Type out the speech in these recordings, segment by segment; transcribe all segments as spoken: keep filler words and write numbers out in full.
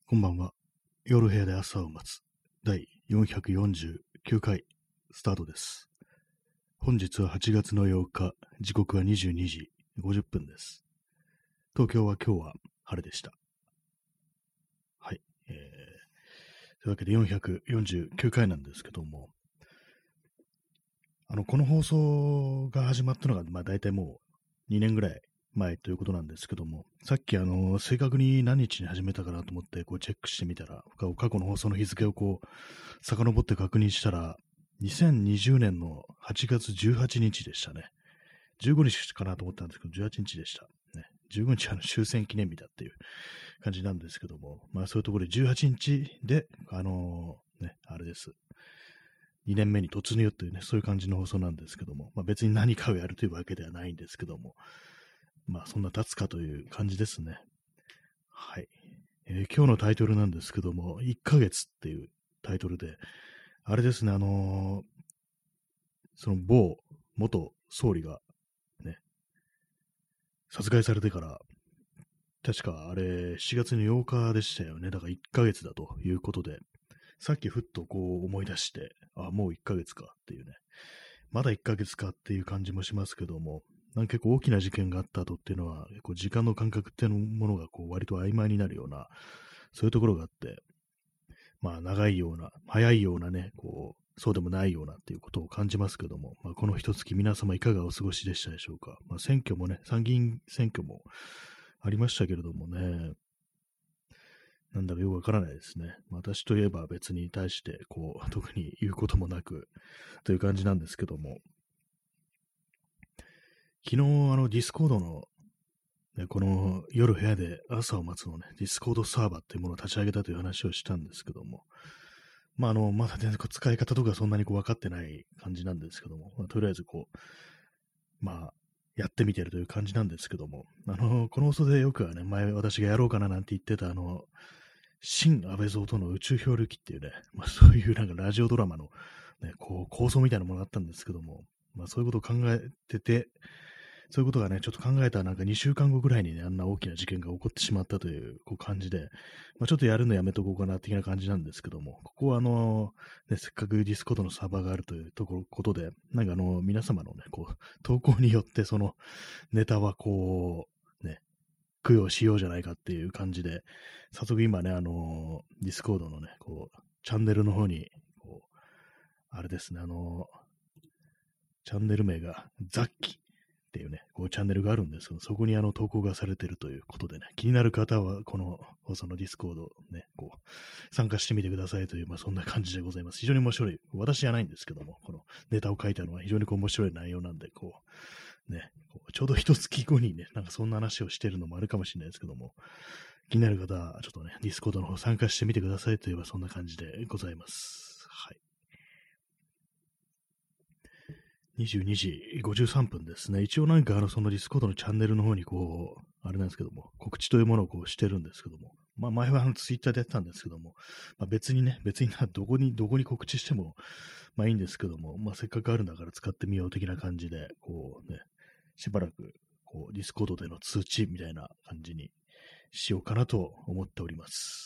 こんばんは。夜部屋で朝を待つだいよんひゃくよんじゅうきゅうかいスタートです。本日ははちがつのようか、時刻はにじゅうにじごじゅっぷんです。東京は今日は晴れでした。はい。えー、というわけでよんひゃくよんじゅうきゅうかいなんですけども、あの、この放送が始まったのが、まあ大体もうにねんぐらい前ということなんですけども、さっきあの、正確に何日に始めたかなと思ってこうチェックしてみたら、過去の放送の日付をこう、遡って確認したら、にせんにじゅうねんのはちがつじゅうはちにちでしたね。じゅうごにちかなと思ったんですけど、じゅうはちにちでした。ね、じゅうごにちはあの終戦記念日だっていう感じなんですけども、まあそういうところでじゅうはちにちで、あのー、ね、あれです。にねんめに突入というね、そういう感じの放送なんですけども、まあ別に何かをやるというわけではないんですけども、まあそんな経つかという感じですね。はい。えー今日のタイトルなんですけども、いっかげつっていうタイトルで、あれですね、あのーその某元総理がね、殺害されてから、確かあれしちがつのようかでしたよね。だからいっかげつだということで、さっきふっとこう思い出して、あ、もういっかげつかっていうね、まだいっかげつかっていう感じもしますけども、なんか結構大きな事件があった後っていうのは、結構時間の感覚っていうものがこう割と曖昧になるような、そういうところがあって、まあ長いような、早いようなね、こう、そうでもないようなっていうことを感じますけども、まあ、この一月皆様いかがお過ごしでしたでしょうか。まあ、選挙もね、参議院選挙もありましたけれどもね、なんだかよくわからないですね。私といえば別に対して、こう、特に言うこともなく、という感じなんですけども、昨日、あの、ディスコードの、ね、この夜部屋で朝を待つのね、ディスコードサーバーっていうものを立ち上げたという話をしたんですけども、まあ、あの、まだ全然使い方とかそんなにこう分かってない感じなんですけども、まあ、とりあえずこう、まあ、やってみてるという感じなんですけども、あの、この放送でよくはね、前私がやろうかななんて言ってた、あの、新安倍蔵との宇宙漂流記っていうね、まあそういうなんかラジオドラマのね、こう構想みたいなものがあったんですけども、まあそういうことを考えてて、そういうことがね、ちょっと考えたらなんかにしゅうかんごぐらいにね、あんな大きな事件が起こってしまったというこう感じで、まあ、ちょっとやるのやめとこうかな的な感じなんですけども、ここはあの、ね、せっかくディスコードのサーバーがあるというところ、ことで、なんかあの、皆様のね、こう、投稿によってそのネタはこう、ね、供養しようじゃないかっていう感じで、早速今ね、あのーディスコードのね、こう、チャンネルの方に、こう、あれですね、あのーチャンネル名がザッキっていうね、こうチャンネルがあるんですけど、そこにあの投稿がされてるということでね、気になる方はこの放送のディスコードね、こう、参加してみてくださいという、まあそんな感じでございます。非常に面白い。私じゃないんですけども、このネタを書いたのは非常にこう面白い内容なんで、こう、ね、こうちょうど一月後にね、なんかそんな話をしてるのもあるかもしれないですけども、気になる方はちょっとね、ディスコードの方参加してみてくださいといえばそんな感じでございます。はい。にじゅうにじごじゅうさんぷんですね。一応なんかあのそのディスコードのチャンネルの方にこう、あれなんですけども、告知というものをこうしてるんですけども、まあ前はあのツイッターでやってたんですけども、まあ、別にね、別になどこに、どこに告知してもまあいいんですけども、まあせっかくあるんだから使ってみよう的な感じで、こうね、しばらくこうディスコードでの通知みたいな感じにしようかなと思っております。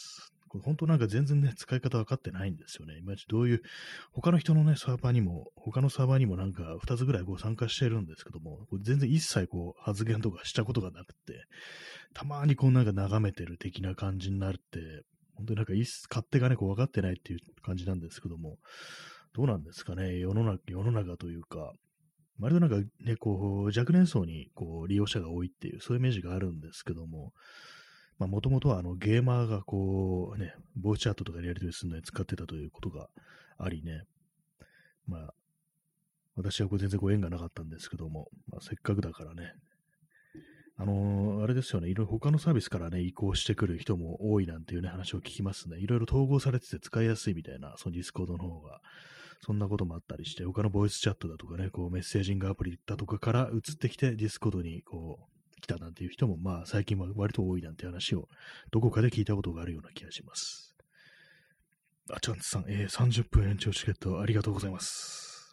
これ本当なんか全然ね、使い方分かってないんですよね。いまいちどういう、他の人のね、サーバーにも、他のサーバーにもなんかふたつぐらいこう参加してるんですけども、これ全然一切こう発言とかしたことがなくて、たまにこうなんか眺めてる的な感じになるって、本当になんかいっ勝手がね、こう分かってないっていう感じなんですけども、どうなんですかね、世の中、世の中というか、割となんかね、こう、若年層にこう利用者が多いっていう、そういうイメージがあるんですけども、まあ、もともとはあのゲーマーがこうね、ボイスチャットとかでやり取りするのに使ってたということがありね、まあ、私はこれ全然ご縁がなかったんですけども、まあ、せっかくだからね、あのーあれですよね、いろいろ他のサービスからね、移行してくる人も多いなんていうね、話を聞きますね。いろいろ統合されてて使いやすいみたいな、そのディスコードの方が、そんなこともあったりして、他のボイスチャットだとかね、こうメッセージングアプリだとかから移ってきて、ディスコードにこう、来たなんていう人も、まあ最近は割と多いなんて話を、どこかで聞いたことがあるような気がします。あ、チャンツさん、えー、さんじゅっぷん延長チケットありがとうございます。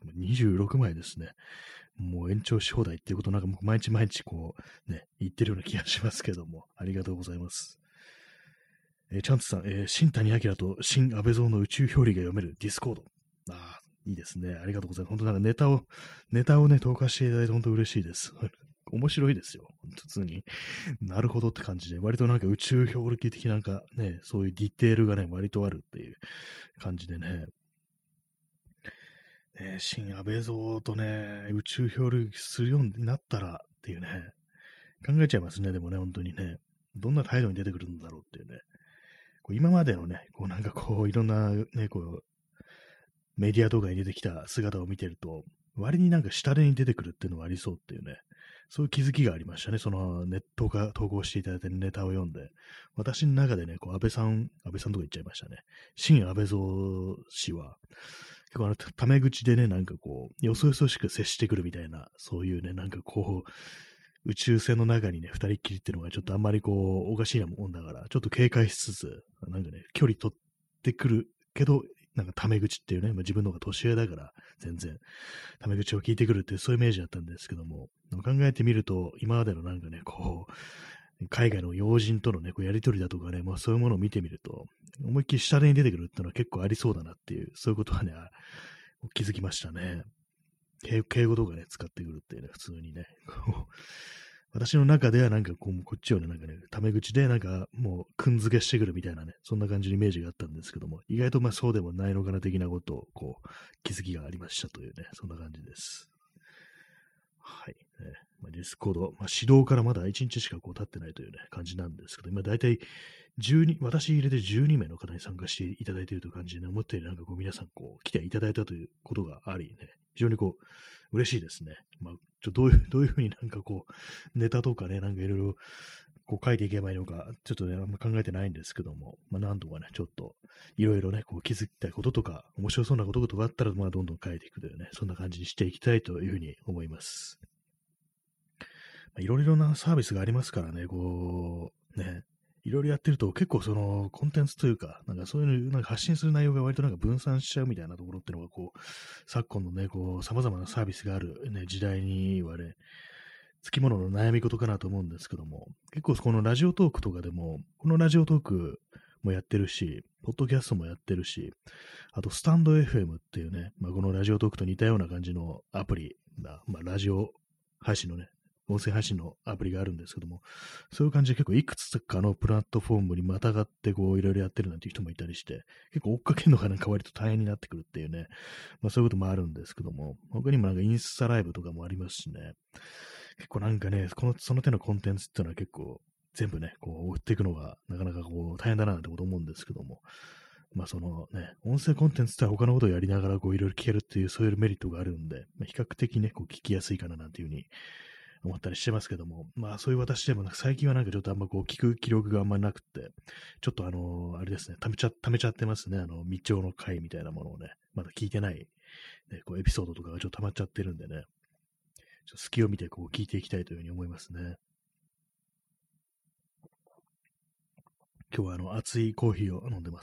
にじゅうろくまいですね。もう延長し放題っていうことなんかもう毎日毎日こうね、言ってるような気がしますけども、ありがとうございます。 えー、チャンツさん、えー、新谷明と新安倍蔵の宇宙表裏が読めるディスコード。ああ、いいですね。ありがとうございます。本当なんかネタを、ネタをね、投下していただいて本当嬉しいです。面白いですよ。普通に。なるほどって感じで、割となんか宇宙表裏的なんかね、そういうディテールがね、割とあるっていう感じでね。ね新安倍蔵とね、宇宙表裏するようになったらっていうね、考えちゃいますね、でもね、本当にね。どんな態度に出てくるんだろうっていうね。こう今までのね、こうなんかこう、いろんなね、こう、メディアとかに出てきた姿を見てると、割になんか下手に出てくるっていうのがありそうっていうね、そういう気づきがありましたね。そのネットが投稿していただいたネタを読んで、私の中でね、こう安倍さん、安倍さんとか言っちゃいましたね。新安倍蔵氏は、結構あの、タメ口でね、なんかこう、よそよそしく接してくるみたいな、そういうね、なんかこう、宇宙船の中にね、二人っきりっていうのがちょっとあんまりこう、おかしいなもんだから、ちょっと警戒しつつ、なんかね、距離取ってくるけど、なんかタメ口っていうね、まあ、自分の方が年上だから、全然、タメ口を聞いてくるっていう、そういうイメージだったんですけども、考えてみると、今までのなんかね、こう、海外の要人とのね、こうやりとりだとかね、まあそういうものを見てみると、思いっきり下手に出てくるっていうのは結構ありそうだなっていう、そういうことはね、気づきましたね。敬敬語とかね、使ってくるっていうね、普通にね。私の中ではなんかこう、こっちをね、なんかね、タメ口でなんかもう、くんづけしてくるみたいなね、そんな感じのイメージがあったんですけども、意外とまあそうでもないのかな的なことを、こう、気づきがありましたというね、そんな感じです。はい。ねまあ、ディスコード、まあ、指導からまだいちにちしかこう経ってないというね、感じなんですけど、今大体じゅうに、私入れてじゅうにめいの方に参加していただいているという感じで、ね、思ったよりなんかこう皆さんこう来ていただいたということがありね、非常にこう嬉しいですね。まあ、ちょどういう、どういうふうになんかこう、ネタとかね、なんかいろいろこう書いていけばいいのか、ちょっとね、あんま考えてないんですけども、まあなんとかね、ちょっといろいろね、こう気づきたいこととか、面白そうなこととかあったら、まあどんどん書いていくというね、そんな感じにしていきたいというふうに思います。いろいろなサービスがありますからね、こう、ね、いろいろやってると結構そのコンテンツというか、なんかそういうのなんか発信する内容が割となんか分散しちゃうみたいなところっていうのがこう、昨今のね、こう、様々なサービスがある、ね、時代にはね、つきものの悩み事かなと思うんですけども、結構このラジオトークとかでも、このラジオトークもやってるし、ポッドキャストもやってるし、あとスタンド エフエム っていうね、まあ、このラジオトークと似たような感じのアプリが、まあ、ラジオ配信のね、音声配信のアプリがあるんですけども、そういう感じで結構いくつかのプラットフォームにまたがってこういろいろやってるなんていう人もいたりして、結構追っかけるのがなんか割と大変になってくるっていうね、まあそういうこともあるんですけども、他にもなんかインスタライブとかもありますしね、結構なんかね、この、その手のコンテンツっていうのは結構全部ね、こう追っていくのがなかなかこう大変だなってこと思うんですけども、まあそのね、音声コンテンツって他のことをやりながらこういろいろ聞けるっていうそういうメリットがあるんで、まあ、比較的ね、こう聞きやすいかななんていうふうに思ったりしてますけども、まあそういう私でも最近はなんかちょっとあんまこう聞く記録があんまなくて、ちょっとあのーあれですね、溜めちゃ、溜めちゃってますね、あの、未調の回みたいなものをね、まだ聞いてない、ね、こうエピソードとかがちょっと溜まっちゃってるんでね、ちょっと隙を見てこう聞いていきたいというふうに思いますね。今日はあの熱いコーヒーを飲んでます。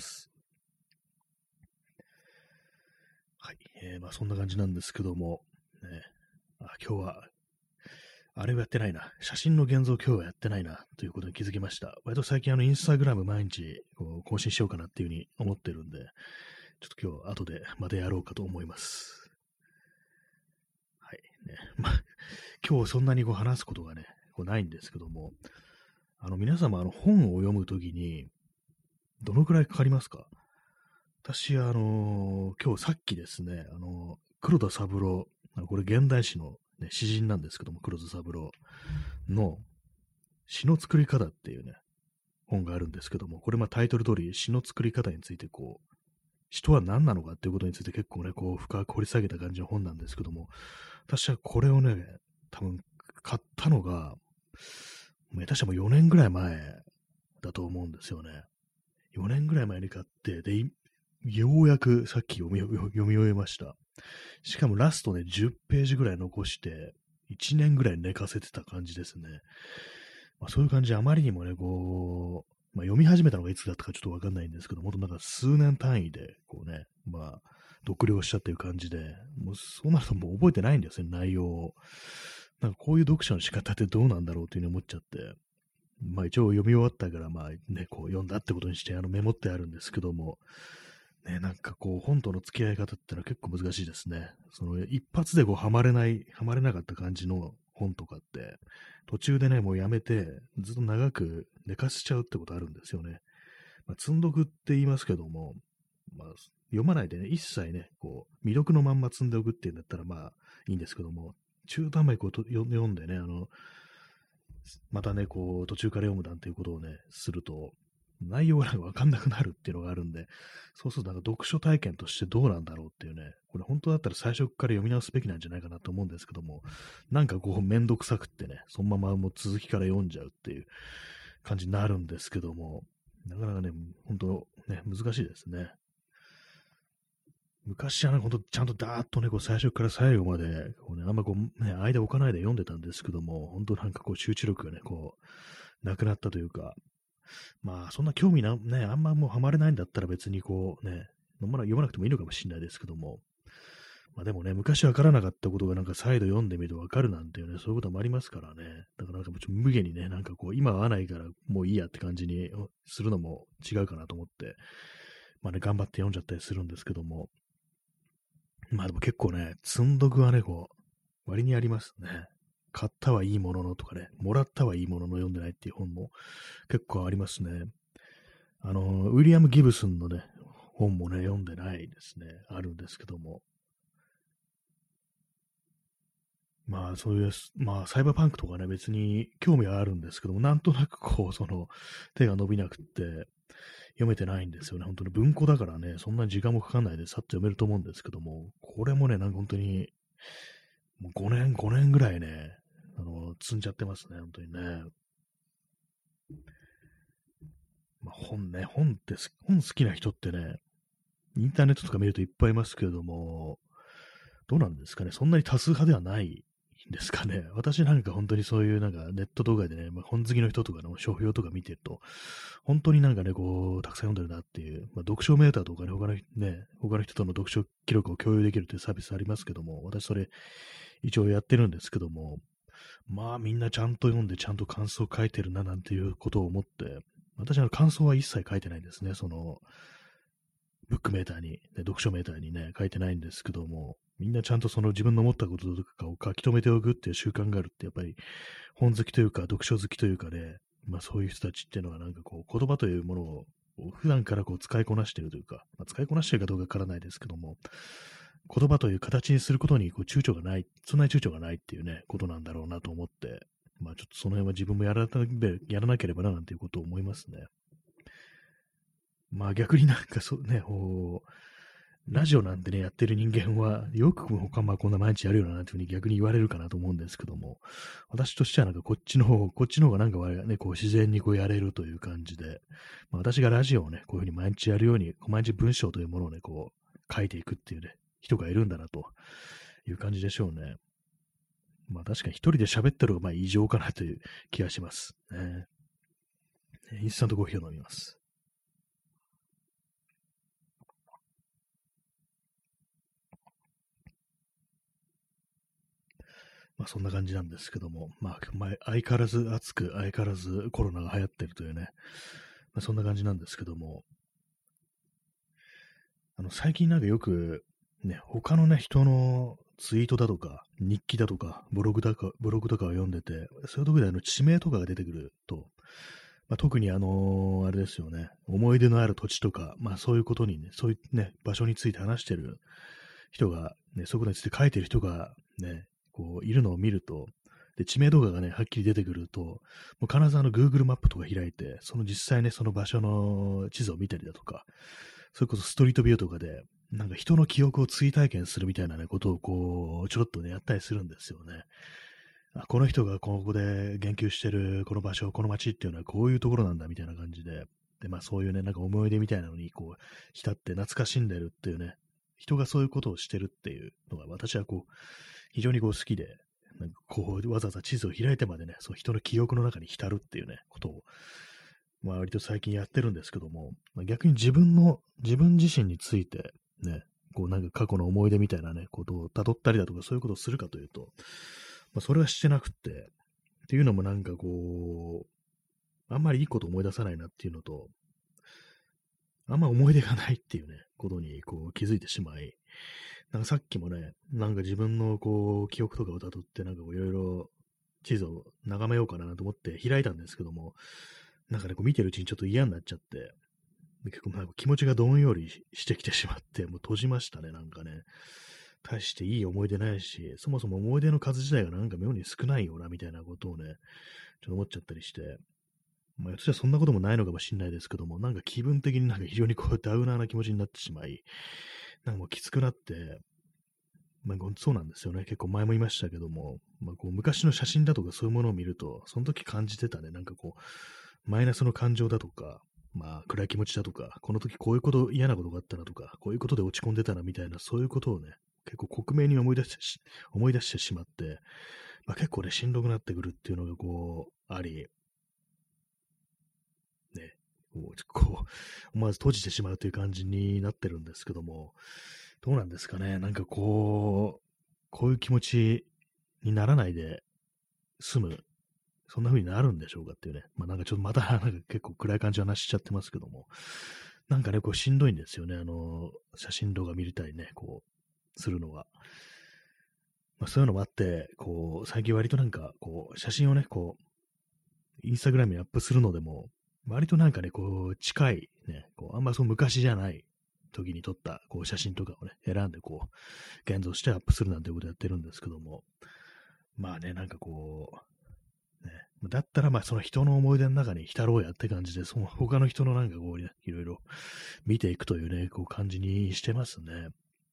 はい。えー、まあそんな感じなんですけども、ね、あ今日はあれをやってないな。写真の現像今日はやってないな。ということに気づきました。割と最近あのインスタグラム毎日こう更新しようかなっていうふうに思ってるんで、ちょっと今日後でまたやろうかと思います。はい。ね。まあ、今日そんなにこう話すことがね、こうないんですけども、あの皆様あの本を読むときにどのくらいかかりますか？私、あのー今日さっきですね、あのー黒田三郎、あのこれ現代詩の、ね、詩人なんですけども、黒田三郎の詩の作り方っていうね、本があるんですけども、これまあタイトル通り詩の作り方についてこう、詩とは何なのかっていうことについて結構ね、こう深く掘り下げた感じの本なんですけども、私はこれをね、多分買ったのが、もう下手したらもうよねんぐらい前だと思うんですよね。よねんぐらい前に買って、で、ようやくさっき読み読み終えました。しかもラストね、じゅっページぐらい残して、いちねんぐらい寝かせてた感じですね。まあ、そういう感じであまりにもね、こう、まあ、読み始めたのがいつだったかちょっとわかんないんですけど、もっとなんか数年単位で、こうね、まあ、読了したっていう感じで、もうそうなるともう覚えてないんですよね、内容を。なんかこういう読書の仕方ってどうなんだろうっていうふうに思っちゃって。 まあ一応読み終わったから、まあね、こう読んだってことにしてあのメモってあるんですけども、ね、なんかこう本との付き合い方ってのは結構難しいですね。その一発でこうハマれない、ハマれなかった感じの本とかって、途中でね、もうやめて、ずっと長く寝かしちゃうってことあるんですよね。まあ、積んどくって言いますけども、まあ、読まないでね、一切ね、こう、未読のまんま積んでおくっていうんだったらまあいいんですけども、中途半端にこうと読読んでね、あの、またね、こう、途中から読むなんていうことをね、すると、内容がなんかわかんなくなるっていうのがあるんで、そうするとなんか読書体験としてどうなんだろうっていうね、これ本当だったら最初から読み直すべきなんじゃないかなと思うんですけども、なんかこうめんどくさくってね、そのままもう続きから読んじゃうっていう感じになるんですけども、なかなかね、本当ね、難しいですね。昔はね、ほんとちゃんとダーッとね、こう最初から最後まで、こうね、あんまこうね、間置かないで読んでたんですけども、本当なんかこう集中力がね、こう、なくなったというか、まあ、そんな興味な、ね、あんまもうハマれないんだったら別にこうね、読まな読まなくてもいいのかもしれないですけども、まあでもね、昔わからなかったことがなんか再度読んでみるとわかるなんていうね、そういうこともありますからね。だからなんかもうちょっと無限にね、なんかこう、今は合わないからもういいやって感じにするのも違うかなと思って、まあね、頑張って読んじゃったりするんですけども、まあでも結構ね、積んどくはね、こう、割にありますね。買ったはいいもののとかね、もらったはいいものの読んでないっていう本も結構ありますね。あの、ウィリアム・ギブスンのね、本もね、読んでないですね。あるんですけども。まあ、そういう、まあ、サイバーパンクとかね、別に興味はあるんですけども、なんとなくこう、その、手が伸びなくって、読めてないんですよね。本当に文庫だからね、そんな時間もかかんないでさっと読めると思うんですけども、これもね、なんか本当に、もうごねん、ごねんぐらいね、あの、積んじゃってますね、本当にね。まあ、本ね、本って本好きな人ってね、インターネットとか見るといっぱいいますけれども、どうなんですかね。そんなに多数派ではないんですかね。私なんか本当にそういうなんかネット動画でね、まあ、本好きの人とかの書評とか見てると、本当になんかね、こう、たくさん読んでるなっていう、まあ、読書メーターとかね、他のね、他の人との読書記録を共有できるというサービスありますけども、私それ一応やってるんですけども、まあみんなちゃんと読んでちゃんと感想書いてるななんていうことを思って、私は感想は一切書いてないんですね。その、ブックメーターに、ね、読書メーターにね、書いてないんですけども、みんなちゃんとその自分の思ったこととかを書き留めておくっていう習慣があるって、やっぱり本好きというか、読書好きというかね、まあそういう人たちっていうのはなんかこう、言葉というものを普段からこう使いこなしているというか、まあ、使いこなしているかどうかわからないですけども、言葉という形にすることにこう躊躇がない、そんなに躊躇がないっていうね、ことなんだろうなと思って、まあちょっとその辺は自分もやらなやらなければななんていうことを思いますね。まあ逆になんかそうね、こう、ラジオなんてね、やってる人間は、よく他まあこんな毎日やるよな、なんていうふうに逆に言われるかなと思うんですけども、私としてはなんかこっちの方、こっちの方がなんかね、こう自然にこうやれるという感じで、まあ、私がラジオをね、こういうふうに毎日やるように、毎日文章というものをね、こう書いていくっていうね、人がいるんだなという感じでしょうね。まあ確かに一人で喋ってる方がまあ異常かなという気がします。ね、インスタントコーヒーを飲みます。まあそんな感じなんですけども、まあ、まあ、相変わらず暑く、相変わらずコロナが流行ってるというね、まあ、そんな感じなんですけども、あの最近なんかよく、ね、他のね、人のツイートだとか、日記だとか、ブログだか、ブログとかを読んでて、そういうところであの地名とかが出てくると、まあ、特にあのーあれですよね、思い出のある土地とか、まあそういうことにね、そういうね、場所について話してる人が、ね、そういうことについて書いてる人がね、こう、いるのを見ると、で、地名動画がね、はっきり出てくると、もう必ずあの Google マップとか開いて、その実際ね、その場所の地図を見たりだとか、それこそストリートビューとかで、なんか人の記憶を追体験するみたいなね、ことをこう、ちょろっとね、やったりするんですよね。あ、この人がここで言及してるこの場所、この街っていうのはこういうところなんだみたいな感じで、で、まあそういうね、なんか思い出みたいなのにこう、浸って懐かしんでるっていうね、人がそういうことをしてるっていうのが私はこう、非常にこう好きで、なんかこう、わざわざ地図を開いてまでね、そう人の記憶の中に浸るっていうね、ことを、まあ割と最近やってるんですけども、まあ、逆に自分の、自分自身について、ね、こうなんか過去の思い出みたいなね、ことを辿ったりだとかそういうことをするかというと、まあそれはしてなくて、っていうのもなんかこう、 あんまりいいこと思い出さないなっていうのと、あんま思い出がないっていうね、ことにこう気づいてしまい、なんかさっきもね、なんか自分のこう記憶とかをたどって、なんかこういろいろ地図を眺めようかなと思って開いたんですけども、なんかね、こう見てるうちにちょっと嫌になっちゃって、で結構なんか気持ちがどんよりしてきてしまって、もう閉じましたね、なんかね。大していい思い出ないし、そもそも思い出の数自体がなんか妙に少ないよな、みたいなことをね、ちょっと思っちゃったりして、まあ、私はそんなこともないのかもしれないですけども、なんか気分的になんか非常にこうダウナーな気持ちになってしまい、なんかもうきつくなって、まあ、そうなんですよね。結構前も言いましたけども、まあ、こう昔の写真だとかそういうものを見ると、その時感じてたね、なんかこう、マイナスの感情だとか、まあ、暗い気持ちだとか、この時こういうこと、嫌なことがあったなとか、こういうことで落ち込んでたなみたいな、そういうことをね、結構克明に思い出してし、思い出してしまって、まあ、結構ね、しんどくなってくるっていうのがこう、あり、ね、こう、こう思わず閉じてしまうという感じになってるんですけども、どうなんですかね、なんかこう、こういう気持ちにならないで済む、そんな風になるんでしょうかっていうね。まあなんかちょっとまたなんか結構暗い感じはなしちゃってますけども、なんかね、こうしんどいんですよね。あの、写真動画見りたいね、こう、するのが。まあそういうのもあって、こう、最近割となんか、こう、写真をね、こう、インスタグラムにアップするのでも、割となんかね、こう、近い、ね、こう、あんまそう昔じゃない時に撮った、こう、写真とかをね、選んで、こう、現像してアップするなんてことやってるんですけども、まあね、なんかこう、ね、だったらまあその人の思い出の中に浸ろうやって感じで、その他の人のなんかこう、ね、いろいろ見ていくというね、こう感じにしてますね。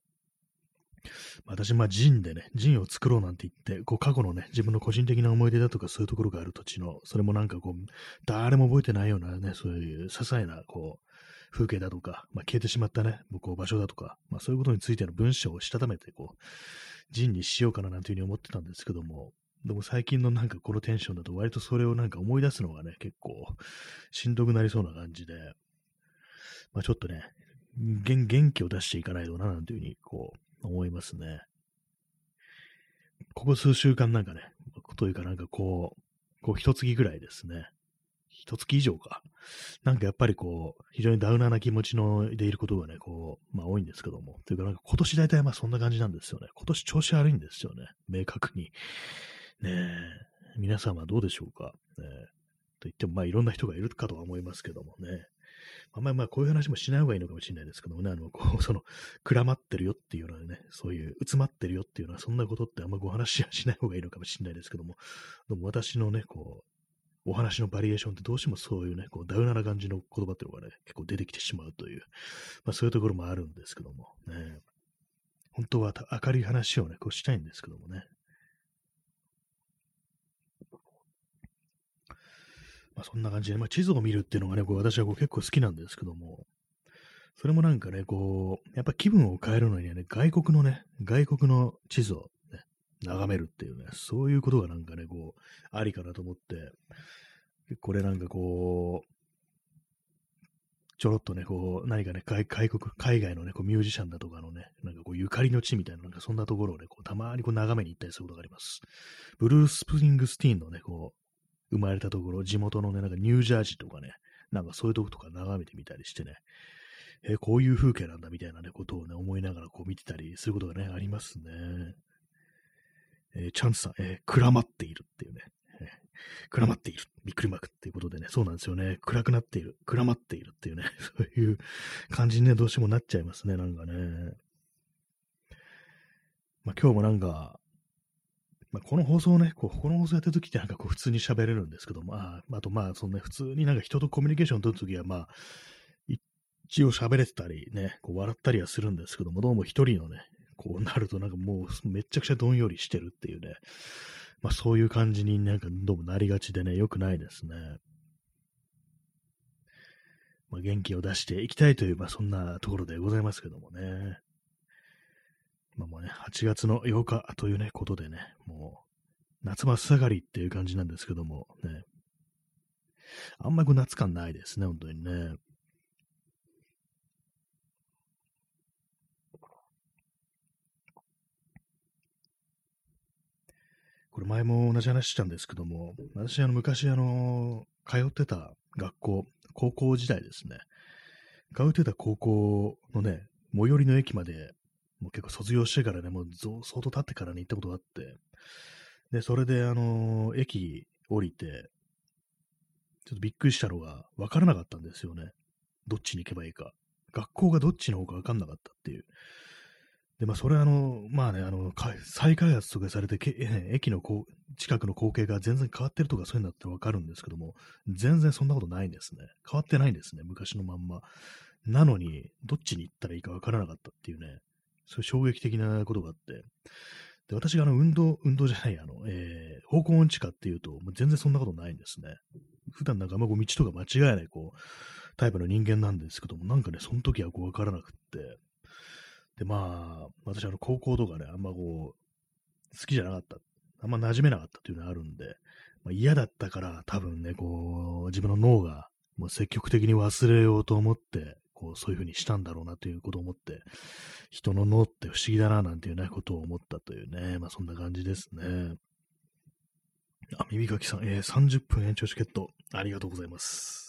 私、まあ、ジンでね、ジンを作ろうなんて言って、こう、過去のね、自分の個人的な思い出だとか、そういうところがある土地の、それもなんかこう、誰も覚えてないようなね、そういう些細な、こう、風景だとか、まあ、消えてしまったね、こう場所だとか、まあ、そういうことについての文章をしたためて、こう、ジンにしようかななんていうふうに思ってたんですけども、でも最近のなんかこのテンションだと割とそれをなんか思い出すのがね、結構しんどくなりそうな感じで、まあちょっとね、元元気を出していかないとな、なんていうふうにこう思いますね。ここ数週間なんかね、というかなんかこう、こう一月ぐらいですね。一月以上か。なんかやっぱりこう、非常にダウナーな気持ちのでいることがね、こう、まあ多いんですけども。というかなんか今年大体まあそんな感じなんですよね。今年調子悪いんですよね。明確に。ねえ、皆様はどうでしょうか。ねえ、と言ってもまあいろんな人がいるかとは思いますけどもね。あんまりまあこういう話もしない方がいいのかもしれないですけどもね、あの、こう、その、くらまってるよっていうのはね、そういう、うつまってるよっていうのは、そんなことってあんまご話はしない方がいいのかもしれないですけども、でも私のね、こう、お話のバリエーションってどうしてもそういうね、こう、ダウナーな感じの言葉っていうのがね、結構出てきてしまうという、まあそういうところもあるんですけども、ね、本当は明るい話をね、こうしたいんですけどもね、まあそんな感じで、まあ地図を見るっていうのがね、こう私はこう結構好きなんですけども、それもなんかね、こう、やっぱ気分を変えるのにはね、外国のね、外国の地図をね、眺めるっていうね、そういうことがなんかね、こう、ありかなと思って、これなんかこう、ちょろっとね、こう、何かね、外外国、海外のね、こうミュージシャンだとかのね、なんかこう、ゆかりの地みたいな、なんかそんなところをね、こうたまにこう眺めに行ったりすることがあります。ブルース・プリングスティーンのね、こう、生まれたところ、地元のね、なんかニュージャージーとかね、なんかそういうとことか眺めてみたりしてね、えーこういう風景なんだみたいなね、ことをね、思いながらこう見てたりすることがね、ありますね。えーチャンスさん、えー、くらまっているっていうね、えーくらまっている、びっくりマークっていうことでね、そうなんですよね。暗くなっている、くらまっているっていうね、そういう感じにね、どうしてもなっちゃいますね、なんかね。まあ今日もなんか、まあ、この放送ね、こう、この放送やってる時ってなんかこう普通に喋れるんですけど、まあ、あとまあ、そのね、普通になんか人とコミュニケーション取るときはまあ、一応喋れてたりね、こう笑ったりはするんですけども、どうも一人のね、こうなるとなんかもうめっちゃくちゃどんよりしてるっていうね、まあそういう感じになんかどうもなりがちでね、良くないですね。まあ元気を出していきたいという、まあそんなところでございますけどもね。まあもうね、はちがつのようかというね、ことでね、もう夏真っ盛りっていう感じなんですけどもね、あんまりこう夏感ないですね、本当にね。これ前も同じ話したんですけども、私、あの、昔、あの、通ってた学校、高校時代ですね。通ってた高校のね、最寄りの駅まで、もう結構卒業してからね、もうぞ相当経ってからに行ったことがあって、で、それで、あの、駅降りて、ちょっとびっくりしたのが、わからなかったんですよね。どっちに行けばいいか。学校がどっちの方かわかんなかったっていう。で、まあ、それはあの、まあね、あの、か再開発とかされて、けえ駅のこう近くの光景が全然変わってるとかそういうのだってわかるんですけども、全然そんなことないんですね。変わってないんですね、昔のまんま。なのに、どっちに行ったらいいかわからなかったっていうね、そういう衝撃的なことがあって、で、私があの、運動、運動じゃない、あの、えー、方向音痴かっていうと、もう全然そんなことないんですね。普段なんかあんまこう道とか間違えない、こう、タイプの人間なんですけども、なんかね、その時はこうわからなくって、で、まあ、私あの、高校とかね、あんまこう、好きじゃなかった。あんま馴染めなかったっていうのがあるんで、まあ、嫌だったから多分ね、こう、自分の脳がもう積極的に忘れようと思って、こう、そういう風にしたんだろうなということを思って、人の脳って不思議だななんていうね、ことを思ったというね、まあそんな感じですね。あ、耳かきさん、えー、さんじゅっぷん延長チケット、ありがとうございます。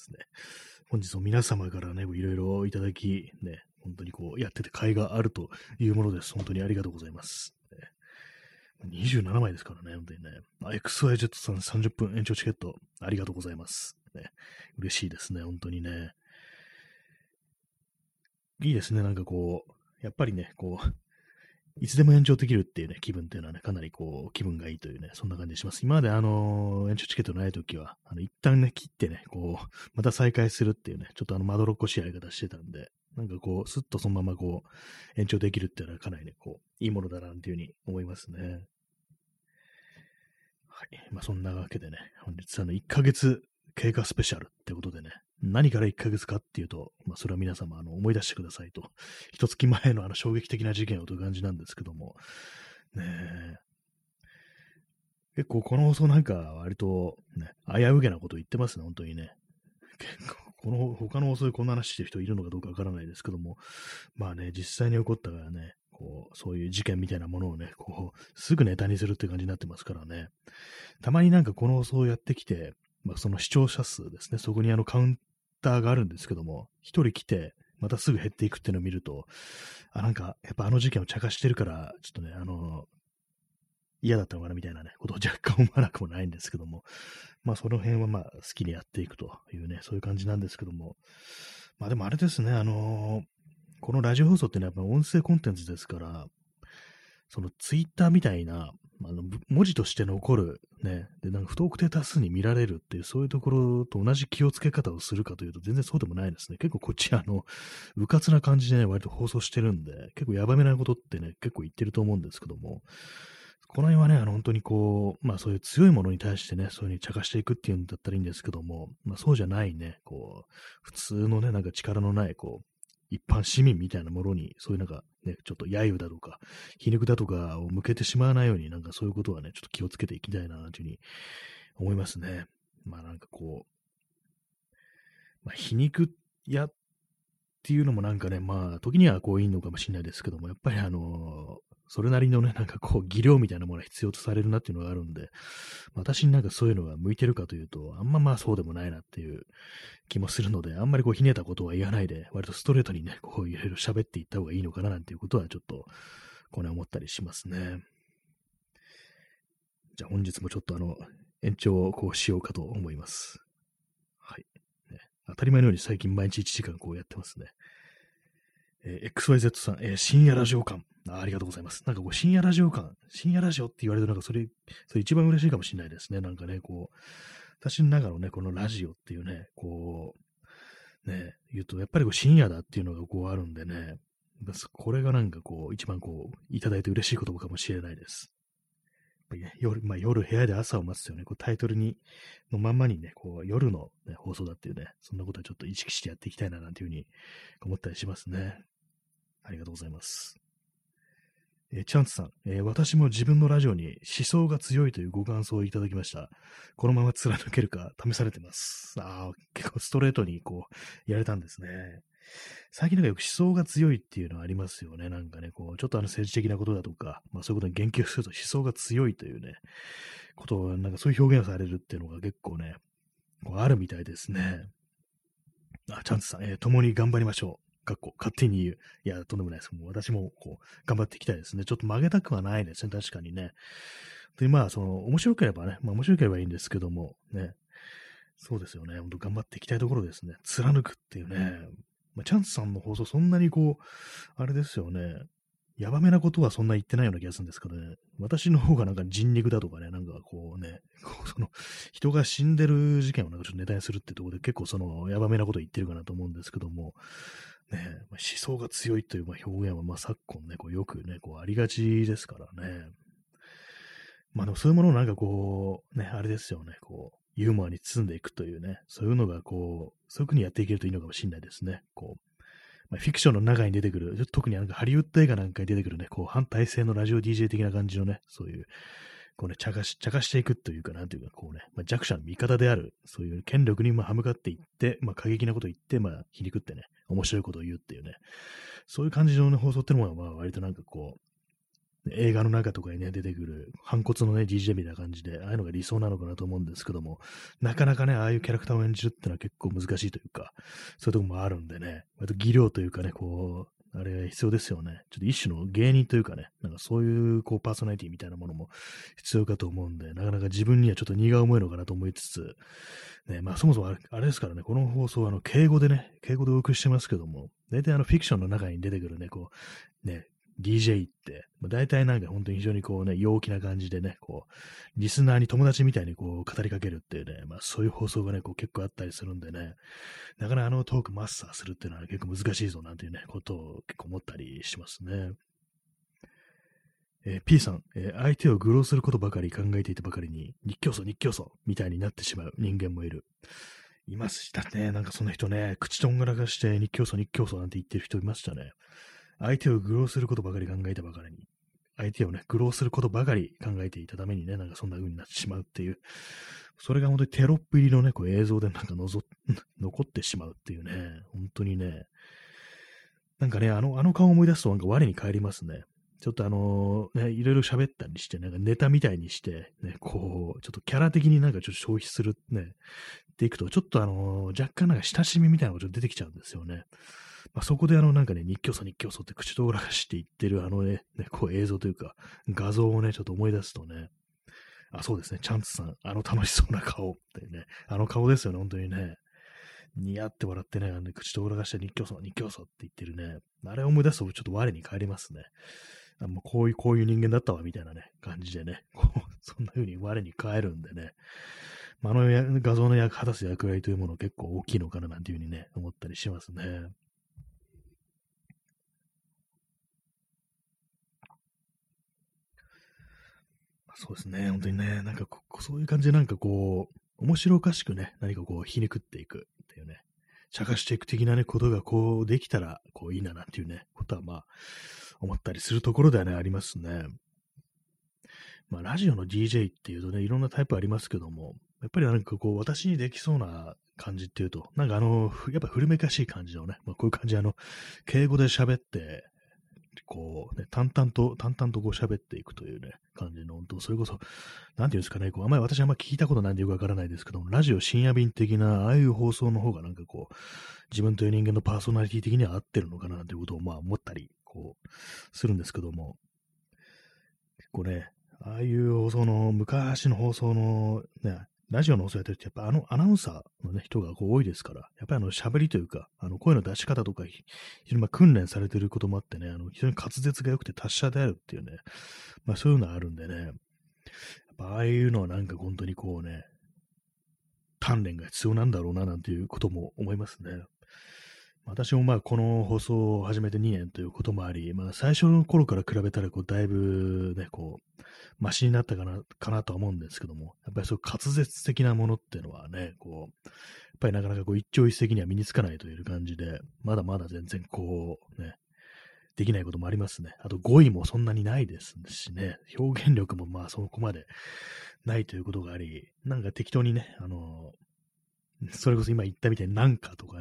ね、本日も皆様からね、いろいろいただき、ね、本当にこう、やってて甲斐があるというものです。本当にありがとうございます。ね、にじゅうななまいですからね、本当にね。あ、エックスワイゼット さんさんじゅっぷん延長チケット、ありがとうございます。ね、嬉しいですね、本当にね。いいですね、なんかこう、やっぱりね、こう、いつでも延長できるっていうね、気分っていうのはね、かなりこう、気分がいいというね、そんな感じします。今まであのー延長チケットないときは、あの、一旦ね、切ってね、こう、また再開するっていうね、ちょっとあの、まどろっこしいやり方してたんで、なんかこう、スッとそのままこう、延長できるっていうのはかなりね、こう、いいものだな、っていうふうに思いますね。はい。まあ、そんなわけでね、本日あの、いっかげつ経過スペシャルってことでね、何からいっかげつかっていうと、まあ、それは皆様あの思い出してくださいと。一月前のあの衝撃的な事件をという感じなんですけども、ねえ、結構この放送なんか割とね、危うげなこと言ってますね、本当にね。結構、この他の放送でこんな話してる人いるのかどうかわからないですけども、まあね、実際に起こったからね、こう、そういう事件みたいなものをね、こう、すぐネタにするって感じになってますからね。たまになんかこの放送をやってきて、まあ、その視聴者数ですね、そこにあのカウンターがあるんですけども、一人来て、またすぐ減っていくっていうのを見ると、あ、なんか、やっぱあの事件を茶化してるから、ちょっとね、あの、嫌だったのかなみたいなね、ことを若干思わなくもないんですけども、まあその辺はまあ好きにやっていくというね、そういう感じなんですけども、まあでもあれですね、あのこのラジオ放送っていうのはやっぱ音声コンテンツですから、そのツイッターみたいな、あの文字として残る、ね、で、なんか不特定多数に見られるっていう、そういうところと同じ気をつけ方をするかというと、全然そうでもないですね。結構こっち、あの、うかつな感じでね、割と放送してるんで、結構やばめなことってね、結構言ってると思うんですけども、この辺はね、あの、本当にこう、まあそういう強いものに対してね、そういうふうに茶化していくっていうんだったらいいんですけども、まあそうじゃないね、こう、普通のね、なんか力のない、こう、一般市民みたいなものに、そういうなんかね、ちょっと揶揄だとか、皮肉だとかを向けてしまわないように、なんかそういうことはね、ちょっと気をつけていきたいな、というふうに思いますね。まあなんかこう、まあ皮肉やっていうのもなんかね、まあ時にはこういいのかもしれないですけども、やっぱりあのそれなりのね、なんかこう、技量みたいなものが必要とされるなっていうのがあるんで、私になんかそういうのが向いてるかというと、あんままあそうでもないなっていう気もするので、あんまりこうひねったことは言わないで、割とストレートにね、こういろいろ喋っていった方がいいのかななんていうことはちょっと、これ思ったりしますね。じゃあ本日もちょっとあの、延長をこうしようかと思います。はい。ね、当たり前のように最近毎日いちじかんこうやってますね。えー、エックスワイゼット さん、えー、深夜ラジオ感あ。ありがとうございます。なんかこう、深夜ラジオ感、深夜ラジオって言われるとなんかそれ、それ一番嬉しいかもしれないですね。なんかね、こう、私の中のね、このラジオっていうね、こう、ね、言うと、やっぱりこう深夜だっていうのがこうあるんでね、これがなんかこう、一番こう、いただいて嬉しい言葉かもしれないです。やっぱりね、夜、まあ夜部屋で朝を待つよね、こうタイトルに、のまんまにね、こう夜の、ね、放送だっていうね、そんなことはちょっと意識してやっていきたいななんていうふうに思ったりしますね。ありがとうございます。えーチャンツさん、えー私も自分のラジオに思想が強いというご感想をいただきました。このまま貫けるか試されてます。ああ、結構ストレートにこう、やれたんですね。 最近なんかよく思想が強いっていうのはありますよね。なんかね、こう、ちょっとあの政治的なことだとか、まあそういうことに言及すると思想が強いというね、ことを、なんかそういう表現をされるっていうのが結構ね、こうあるみたいですね。あ、チャンツさん、えー共に頑張りましょう。かっこ、勝手に言う。いや、とんでもないです。もう私も、こう、頑張っていきたいですね。ちょっと曲げたくはないですね。確かにね。で、まあ、その、面白ければね、まあ、面白ければいいんですけども、ね。そうですよね。本当頑張っていきたいところですね。貫くっていうね。まあ、チャンスさんの放送、そんなにこう、あれですよね。やばめなことはそんな言ってないような気がするんですけどね。私の方がなんか人肉だとかね、なんかこうね、こうその人が死んでる事件をなんかちょっとネタにするってところで結構そのやばめなこと言ってるかなと思うんですけども、ね、まあ、思想が強いというまあ表現はまあ昨今ね、こうよくね、こうありがちですからね。まあでもそういうものをなんかこう、ね、あれですよね、こう、ユーモアに包んでいくというね、そういうのがこう、そういうふうにやっていけるといいのかもしれないですね。こう、まあ、フィクションの中に出てくる、特になんかハリウッド映画なんかに出てくるね、こう反体制のラジオ ディージェー 的な感じのね、そういう、こうね、茶化し、茶化していくというか、なんていうか、こうね、まあ、弱者の味方である、そういう権力にまあ歯向かっていって、まあ、過激なことを言って、まあ、皮肉ってね、面白いことを言うっていうね、そういう感じの、ね、放送っていうのは、まあ、割となんかこう、映画の中とかにね、出てくる、反骨のね、ディージェー みたいな感じで、ああいうのが理想なのかなと思うんですけども、なかなかね、ああいうキャラクターを演じるってのは結構難しいというか、そういうとこもあるんでね、割と技量というかね、こう、あれ必要ですよね。ちょっと一種の芸人というかね、なんかそういうこうパーソナリティみたいなものも必要かと思うんで、なかなか自分にはちょっと荷が重いのかなと思いつつ、ね、まあそもそもあれあれですからね、この放送はあの敬語でね、敬語でお送りしてますけども、大体あのフィクションの中に出てくるね、こう、ね、ディージェー って、まあ、大体なんか本当に非常にこうね、陽気な感じでね、こう、リスナーに友達みたいにこう語りかけるっていうね、まあそういう放送がね、こう結構あったりするんでね、なかなかあのトークマスターするっていうのは結構難しいぞなんていうね、ことを結構思ったりしますね。えー P さん、えー相手を愚弄することばかり考えていたばかりに、日教祖、日教祖みたいになってしまう人間もいる。いましたね。なんかその人ね、口とんがらかして日教祖、日教祖なんて言ってる人いましたね。相手を愚弄することばかり考えたばかりに、相手をね、愚弄することばかり考えていたためにね、なんかそんな風になってしまうっていう、それが本当にテロップ入りのね、こう映像でなんかのぞ残ってしまうっていうね、本当にね、なんかね、あの、あの顔を思い出すとなんか我に返りますね。ちょっとあのね、いろいろ喋ったりして、なんかネタみたいにして、ね、こう、ちょっとキャラ的になんかちょっと消費するね、っていくと、ちょっとあの若干なんか親しみみたいなのがちょっと出てきちゃうんですよね。まあ、そこであのなんかね、日教祖日教祖って口と裏がして言ってるあのね、ね、こう映像というか、画像をね、ちょっと思い出すとね、あ、そうですね、チャンツさん、あの楽しそうな顔ってね、あの顔ですよね、本当にね。ニヤって笑ってね、あのね口と裏がして日教祖、日教祖って言ってるね。あれを思い出すとちょっと我に返りますね。あもうこういう、こういう人間だったわ、みたいなね、感じでね、こうそんな風に我に返るんでね。まあ、あのや画像の役果たす役割というもの結構大きいのかななんていう風にね、思ったりしますね。そうですね、本当にね、なんかこそういう感じでなんかこう、面白おかしくね、何かこう、ひねくっていくっていうね、茶化していく的なね、ことがこう、できたら、こう、いいななんていうね、ことはまあ、思ったりするところではね、ありますね。まあ、ラジオの ディージェー っていうとね、いろんなタイプありますけども、やっぱりなんかこう、私にできそうな感じっていうと、なんかあの、ふやっぱ古めかしい感じのね、まあ、こういう感じ、あの、敬語で喋って、こうね、淡々と、淡々とこう喋っていくというね、感じの、本当それこそ、なんていうんですかね、こう、あんまり私あんま聞いたことないんでよくわからないですけども、ラジオ深夜便的な、ああいう放送の方がなんかこう、自分という人間のパーソナリティ的には合ってるのかな、なんていうことをまあ思ったり、こう、するんですけども、結構ね、ああいう放送の、昔の放送の、ね、ラジオの放送やってると、やっぱあのアナウンサーの、ね、人がこう多いですから、やっぱりあの喋りというか、あの声の出し方とか、非常にまあ訓練されていることもあってね、あの非常に滑舌が良くて達者であるっていうね、まあそういうのがあるんでね、やっぱああいうのはなんか本当にこうね、鍛錬が必要なんだろうななんていうことも思いますね。私もまあこの放送を始めてにねんということもあり、まあ最初の頃から比べたらこうだいぶね、こう、マシになったかな、かなとは思うんですけども、やっぱりそういう滑舌的なものっていうのはね、こう、やっぱりなかなかこう一朝一夕には身につかないという感じで、まだまだ全然こう、ね、できないこともありますね。あと語彙もそんなにないですしね、表現力もまあそこまでないということがあり、なんか適当にね、あの、それこそ今言ったみたいになんかとかね、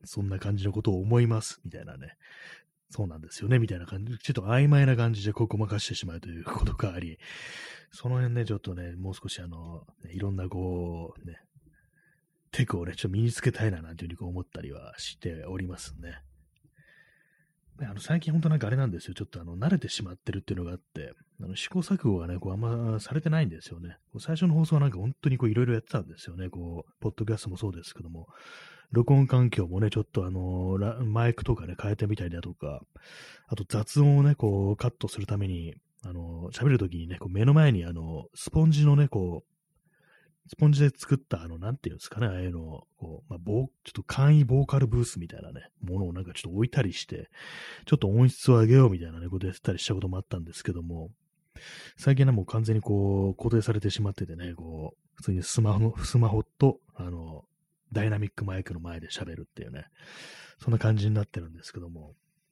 そんな感じのことを思います、みたいなね。そうなんですよね、みたいな感じ、ちょっと曖昧な感じでこうごまかしてしまうということがあり、その辺ね、ちょっとね、もう少しあの、ね、いろんなこう、ね、テクをね、ちょっと身につけたいな、なんていうふうにこう思ったりはしておりますね。あの最近本当なんかあれなんですよ。ちょっとあの慣れてしまってるっていうのがあって、あの試行錯誤がね、こうあんまされてないんですよね。こう最初の放送はなんか本当にこういろいろやってたんですよね。こう、ポッドキャストもそうですけども、録音環境もね、ちょっとあのラマイクとかね、変えてみたりだとか、あと雑音をね、こうカットするために、あの、喋るときにね、こう目の前にあの、スポンジのね、こう、スポンジで作った、あの、なんていうんですかね、ああいうのを、こう、まあ、ボー、ちょっと簡易ボーカルブースみたいなね、ものをなんかちょっと置いたりして、ちょっと音質を上げようみたいなね、ことやってたりしたこともあったんですけども、最近はもう完全にこう、固定されてしまっててね、こう、普通にスマホの、スマホと、あの、ダイナミックマイクの前で喋るっていうね、そんな感じになってるんですけども、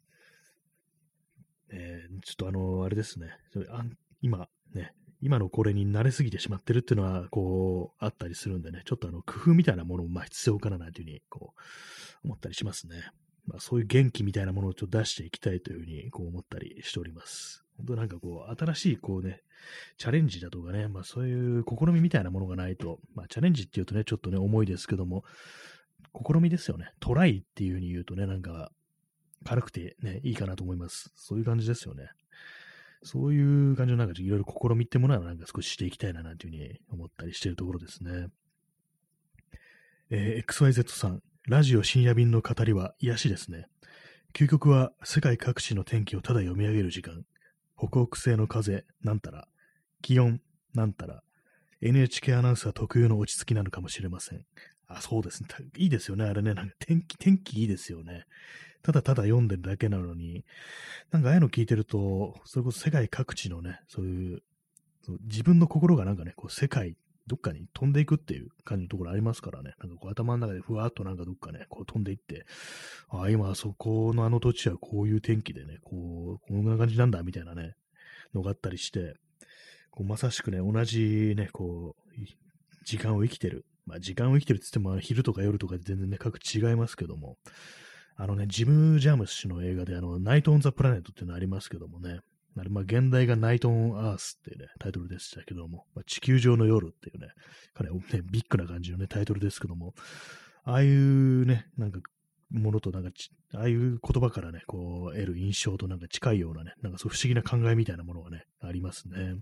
えー、ちょっとあの、あれですね、あ今ね、今のこれに慣れすぎてしまってるっていうのは、こう、あったりするんでね、ちょっとあの、工夫みたいなものも、まあ、必要かななんていうふうに、こう、思ったりしますね。まあ、そういう元気みたいなものをちょっと出していきたいというふうに、こう思ったりしております。本当なんかこう、新しい、こうね、チャレンジだとかね、まあ、そういう試みみたいなものがないと、まあ、チャレンジっていうとね、ちょっとね、重いですけども、試みですよね。トライっていうふうに言うとね、なんか、軽くてね、いいかなと思います。そういう感じですよね。そういう感じのなんかいろいろ試みってものはなんか少ししていきたいななんていうふうに思ったりしているところですね。えー、エックスワイゼット さん、ラジオ深夜便の語りは癒しですね。究極は世界各地の天気をただ読み上げる時間。北北西の風、なんたら。気温、なんたら。エヌエイチケー アナウンサー特有の落ち着きなのかもしれません。あ、そうですね。いいですよね。あれね。なんか天気、天気いいですよね。ただただ読んでるだけなのに、なんかああいうの聞いてると、それこそ世界各地のね、そういう、そう自分の心がなんかね、こう世界、どっかに飛んでいくっていう感じのところありますからね。なんかこう頭の中でふわっとなんかどっかね、こう飛んでいって、ああ、今あそこのあの土地はこういう天気でね、こう、こんな感じなんだみたいなね、のがあったりして、こうまさしくね、同じね、こう、時間を生きてる。まあ時間を生きてるって言っても昼とか夜とかで全然ね、各地違いますけども、あのね、ジム・ジャームス氏の映画で、あの、ナイト・オン・ザ・プラネットっていうのありますけどもね、あれ、まあ、現代がナイト・オン・アースっていうね、タイトルでしたけども、まあ、地球上の夜っていうね、かなりね、ビッグな感じのね、タイトルですけども、ああいうね、なんか、ものとなんかああいう言葉からね、こう、得る印象となんか近いようなね、なんかそう不思議な考えみたいなものがね、ありますね。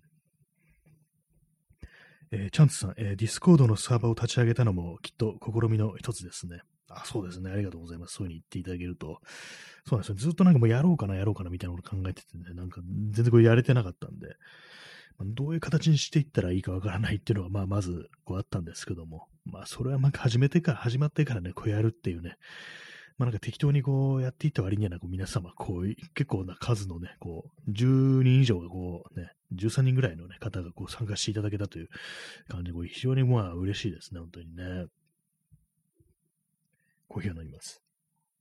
えーチャンツさん、えーディスコードのサーバーを立ち上げたのもきっと試みの一つですね。あ、そうですね。ありがとうございます。そういうふうに言っていただけると。そうなんですよ。ずっとなんかもうやろうかな、やろうかなみたいなこと考えててね、なんか全然これやれてなかったんで、まあ、どういう形にしていったらいいかわからないっていうのは、まあまずこうあったんですけども、まあそれはなんか始めてから、始まってからね、こうやるっていうね、まあなんか適当にこうやっていった割には、こう皆様、こう結構な数のね、こう、じゅうにん以上がこうね、じゅうさんにんぐらいの、ね、方がこう参加していただけたという感じで、こう非常にまあ嬉しいですね、本当にね。コーヒーを飲みます。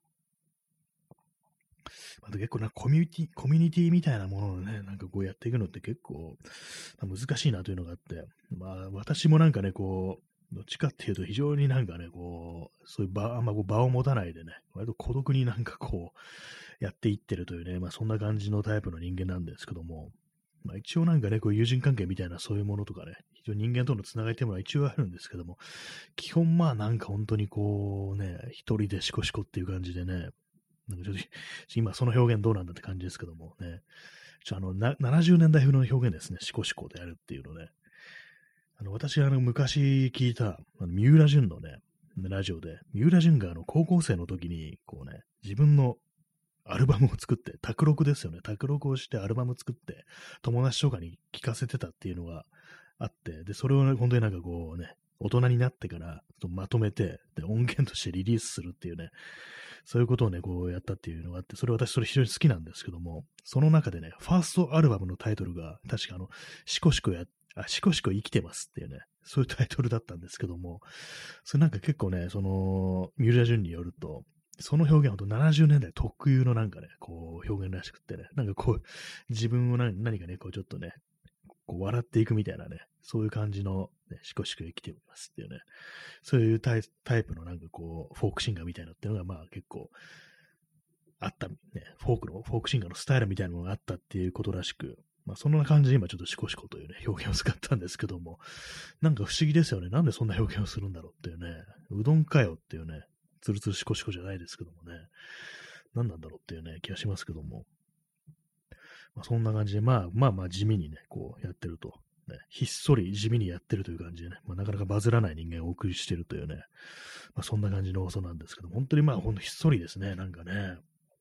あと結構なコミュニティ、コミュニティみたいなものをね、なんかこうやっていくのって結構難しいなというのがあって、まあ私もなんかね、こう、どっちかっていうと非常になんかね、こう、そういう場、あんまこう場を持たないでね、割と孤独になんかこう、やっていってるというね、まあそんな感じのタイプの人間なんですけども、まあ一応なんかね、こう友人関係みたいなそういうものとかね、非常に人間とのつながりというものは一応あるんですけども、基本まあなんか本当にこうね、一人でシコシコっていう感じでね、なんかちょっと今その表現どうなんだって感じですけどもね、ちょあのなななじゅうねんだい風の表現ですね、シコシコでやるっていうのね。あの私があの昔聞いたあの三浦淳のね、ラジオで、三浦淳があの高校生の時にこうね、自分のアルバムを作って、卓録ですよね。卓録をしてアルバム作って、友達とかに聞かせてたっていうのがあって、で、それをね、本当になんかこうね、大人になってからまとめて、で、音源としてリリースするっていうね、そういうことをね、こうやったっていうのがあって、それ私それ非常に好きなんですけども、その中でね、ファーストアルバムのタイトルが、確かあの、シコシコや、あ、シコシコ生きてますっていうね、そういうタイトルだったんですけども、それなんか結構ね、その、三浦淳によると、その表現はほんとななじゅうねんだい特有のなんかね、こう表現らしくってね、なんかこう、自分を何何かね、こうちょっとね、 こう笑っていくみたいなね、そういう感じの、ね、しこしこ生きてますっていうね、そういうタイタイプのなんかこう、フォークシンガーみたいなっていうのがまあ結構あった、ね、フォークの、フォークシンガーのスタイルみたいなのがあったっていうことらしく、まあそんな感じで今ちょっとしこしこというね、表現を使ったんですけども、なんか不思議ですよね。なんでそんな表現をするんだろうっていうね、うどんかよっていうね、つるつるしこしこじゃないですけどもね、何なんだろうっていうね、気がしますけども、まあ、そんな感じで、まあまあまあ地味にね、こうやってると、ね、ひっそり地味にやってるという感じでね、まあ、なかなかバズらない人間をお送りしてるというね、まあ、そんな感じの放送なんですけど、本当にまあほんとひっそりですね、なんかね。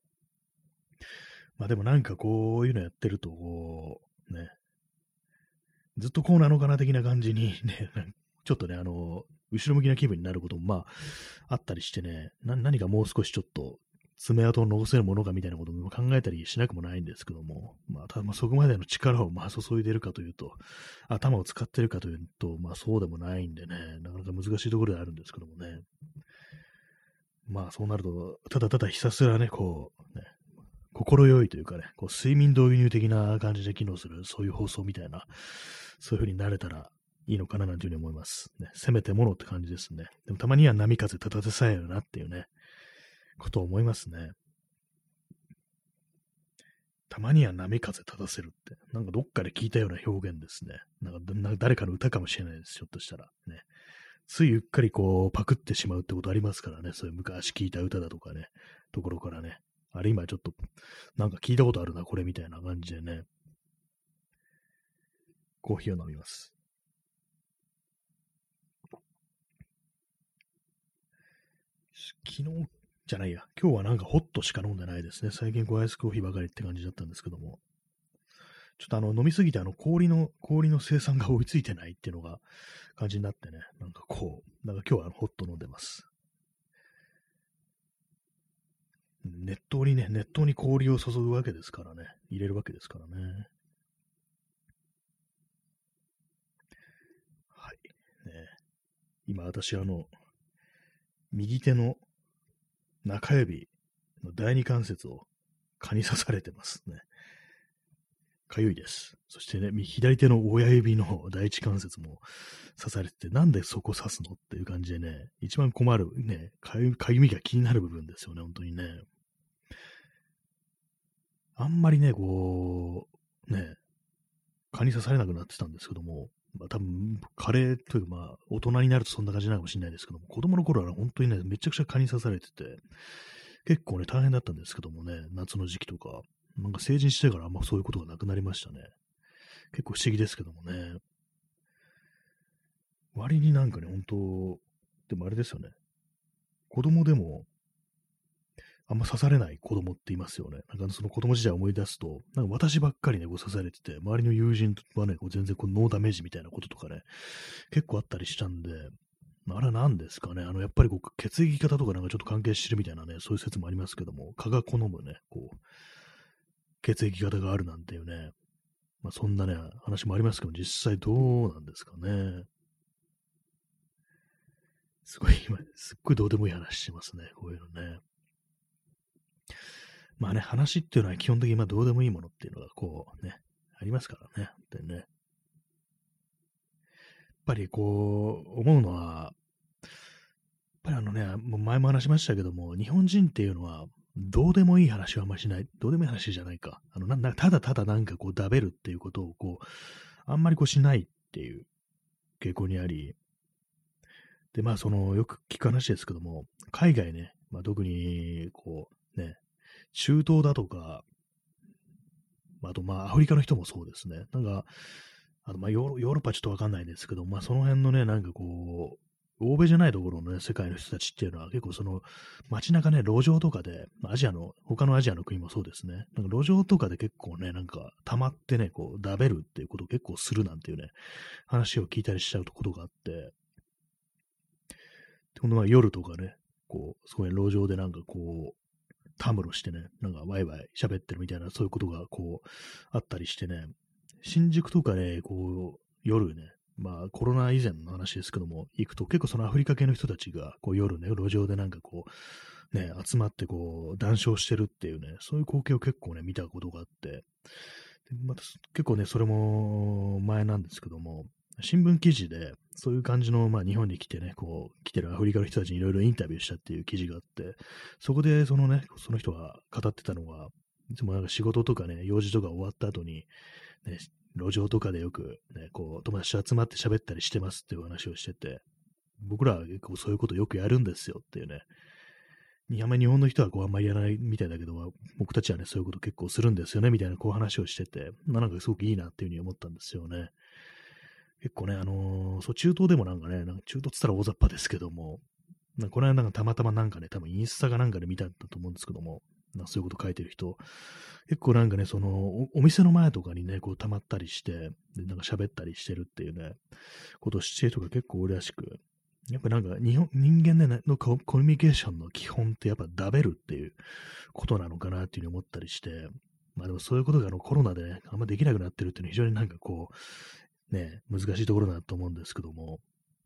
まあでもなんかこういうのやってると、こう、ね、ずっとこうなのかな的な感じにね、ちょっとね、あの、後ろ向きな気分になることもまああったりしてね、な何かもう少しちょっと爪痕を残せるものかみたいなことも考えたりしなくもないんですけども、まあ、ただまあそこまでの力をまあ注いでるかというと、頭を使ってるかというと、まあそうでもないんでね、なかなか難しいところであるんですけどもね。まあそうなると、ただただひたすらね、こう、ね、心よいというかね、こう睡眠導入的な感じで機能する、そういう放送みたいな、そういう風になれたらいいのかななんていうふうに思います。ね、せめてものって感じですね。でもたまには波風立たせさえよなっていうね、ことを思いますね。たまには波風立たせるって、なんかどっかで聞いたような表現ですね。なんかなんか誰かの歌かもしれないです、ひょっとしたら。ね。ついうっかりこう、パクってしまうってことありますからね。そういう昔聞いた歌だとかね、ところからね。あれ今ちょっと、なんか聞いたことあるな、これみたいな感じでね。コーヒーを飲みます。昨日じゃないや。今日はなんかホットしか飲んでないですね。最近こうアイスコーヒーばかりって感じだったんですけども。ちょっとあの飲みすぎてあの氷の、氷の生産が追いついてないっていうのが感じになってね。なんかこう、なんか今日はホット飲んでます。熱湯にね、熱湯に氷を注ぐわけですからね。入れるわけですからね。はい。ね、今私あの、右手の中指の第二関節を蚊に刺されてますね。かゆいです。そしてね、左手の親指の第一関節も刺されてて、なんでそこ刺すのっていう感じでね、一番困るね、かゆかゆみが気になる部分ですよね、本当にね。あんまりね、こう、ね、蚊に刺されなくなってたんですけども、まあ、多分、加齢というか、まあ、大人になるとそんな感じなのかもしれないですけども、子供の頃は本当にね、めちゃくちゃ蚊に刺されてて、結構ね、大変だったんですけどもね、夏の時期とか、なんか成人してからあんまそういうことがなくなりましたね。結構不思議ですけどもね。割になんかね、本当でもあれですよね。子供でも、あんま刺されない子供っていますよね。なんかその子供時代を思い出すと、なんか私ばっかりね、こう刺されてて、周りの友人はね、こう全然こうノーダメージみたいなこととかね、結構あったりしたんで、あれは何ですかね。あの、やっぱりこう血液型とかなんかちょっと関係してるみたいなね、そういう説もありますけども、蚊が好むね、こう、血液型があるなんていうね、まあそんなね、話もありますけど、実際どうなんですかね。すごい、今、すっごいどうでもいい話してますね、こういうのね。まあね、話っていうのは基本的にまあどうでもいいものっていうのがこうね、ありますからね。でね。やっぱりこう、思うのは、やっぱりあのね、もう前も話しましたけども、日本人っていうのは、どうでもいい話はあんまりしない。どうでもいい話じゃないか。あの、ななただただなんかこう、だべるっていうことをこう、あんまりこうしないっていう傾向にあり、で、まあ、その、よく聞く話ですけども、海外ね、まあ、特に、こう、ね、中東だとか、あと、まあ、アフリカの人もそうですね。なんか、あと、まあヨーロ、ヨーロッパはちょっとわかんないですけど、まあ、その辺のね、なんかこう、欧米じゃないところのね、世界の人たちっていうのは結構その、街中ね、路上とかで、まあアジアの、他のアジアの国もそうですね。なんか路上とかで結構ね、なんか溜まってね、こう、ダベるっていうことを結構するなんていうね、話を聞いたりしちゃうことがあって、で、まあ夜とかね、こう、すごい路上でなんかこう、たむろしてね、なんかワイワイ喋ってるみたいな、そういうことがこう、あったりしてね、新宿とかね、こう、夜ね、まあコロナ以前の話ですけども、行くと結構そのアフリカ系の人たちが、こう夜ね、路上でなんかこう、ね、集まってこう、談笑してるっていうね、そういう光景を結構ね、見たことがあって、 でまた結構ね、それも前なんですけども、新聞記事で、そういう感じの、まあ、日本に来てね、こう、来てるアフリカの人たちにいろいろインタビューしたっていう記事があって、そこで、そのね、その人が語ってたのが、いつもなんか仕事とかね、用事とか終わった後に、ね、路上とかでよく、ね、こう、友達と集まって喋ったりしてますっていう話をしてて、僕らは結構そういうことよくやるんですよっていうね、あんまり日本の人はこうあんまりやらないみたいだけど、僕たちはね、そういうこと結構するんですよね、みたいなこう話をしてて、まあ、なんかすごくいいなっていうふうに思ったんですよね。結構ね、あのーそう、中東でもなんかね、なんか中東って言ったら大雑把ですけども、なんかこの間なんかたまたまなんかね、多分インスタかなんかで見たんだと思うんですけども、なんかそういうこと書いてる人、結構なんかね、そのお、お店の前とかにね、こう溜まったりして、で、なんか喋ったりしてるっていうね、ことをしてる人が結構多いらしく、やっぱなんか日本人間で、ね、のココミュニケーションの基本ってやっぱダベるっていうことなのかなっていうふうに思ったりして、まあでもそういうことがあのコロナでね、あんまできなくなってるっていうのは非常になんかこう、ね、難しいところだと思うんですけども、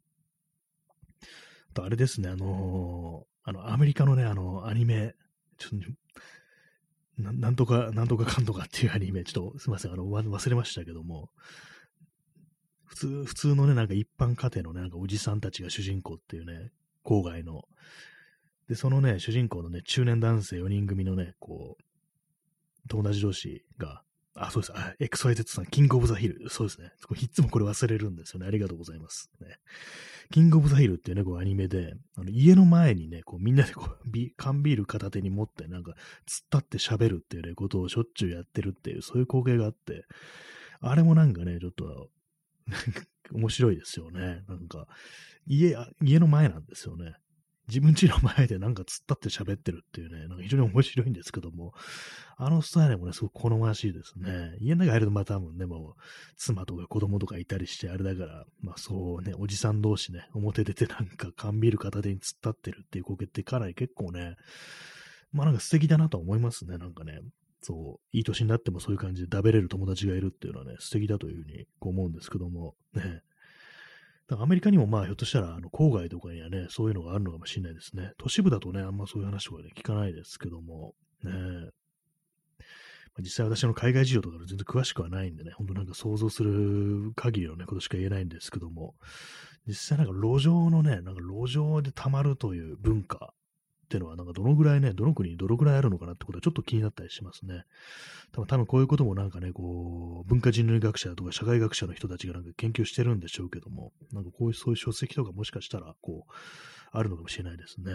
あとあれですね、あのーあの、アメリカのね、あの、アニメ、ちょっとな、なんとか、なんとかかんとかっていうアニメ、ちょっとすみません、あの、わ忘れましたけども、普通、普通のね、なんか一般家庭のね、なんかおじさんたちが主人公っていうね、郊外の。で、そのね、主人公のね、中年男性よにん組のね、こう、友達同士が、あ、そうです。あ、エックスワイゼット さん、キングオブザヒル。そうですね。いつもこれ忘れるんですよね。ありがとうございます。ね、キングオブザヒルっていうね、こうアニメで、あの家の前にね、こうみんなでこうビ缶ビール片手に持って、なんか、突っ立って喋るっていうね、ことをしょっちゅうやってるっていう、そういう光景があって、あれもなんかね、ちょっと、面白いですよね。なんか、家、家の前なんですよね。自分家の前でなんか突っ立って喋ってるっていうね、なんか非常に面白いんですけども、あのスタイルもね、すごく好ましいですね。家の中入るとまた多分ね、もう、妻とか子供とかいたりして、あれだから、まあそうね、おじさん同士ね、表出てなんか缶ビール片手に突っ立ってるっていう光景ってかなり結構ね、まあなんか素敵だなと思いますね、なんかね。そう、いい年になってもそういう感じで食べれる友達がいるっていうのはね、素敵だというふうに思うんですけども、ね。だからアメリカにもまあひょっとしたらあの郊外とかにはね、そういうのがあるのかもしれないですね。都市部だとね、あんまそういう話とかね、聞かないですけども、ね。まあ実際私の海外事情とか全然詳しくはないんでね、ほんとなんか想像する限りのね、ことしか言えないんですけども、実際なんか路上のね、なんか路上で溜まるという文化っていうのはなんかどのぐらいね、どの国にどのぐらいあるのかなってことはちょっと気になったりしますね。多分多分こういうこともなんかね、こう、文化人類学者とか社会学者の人たちがなんか研究してるんでしょうけども、なんかこういうそういう書籍とかもしかしたらこう、あるのかもしれないですね。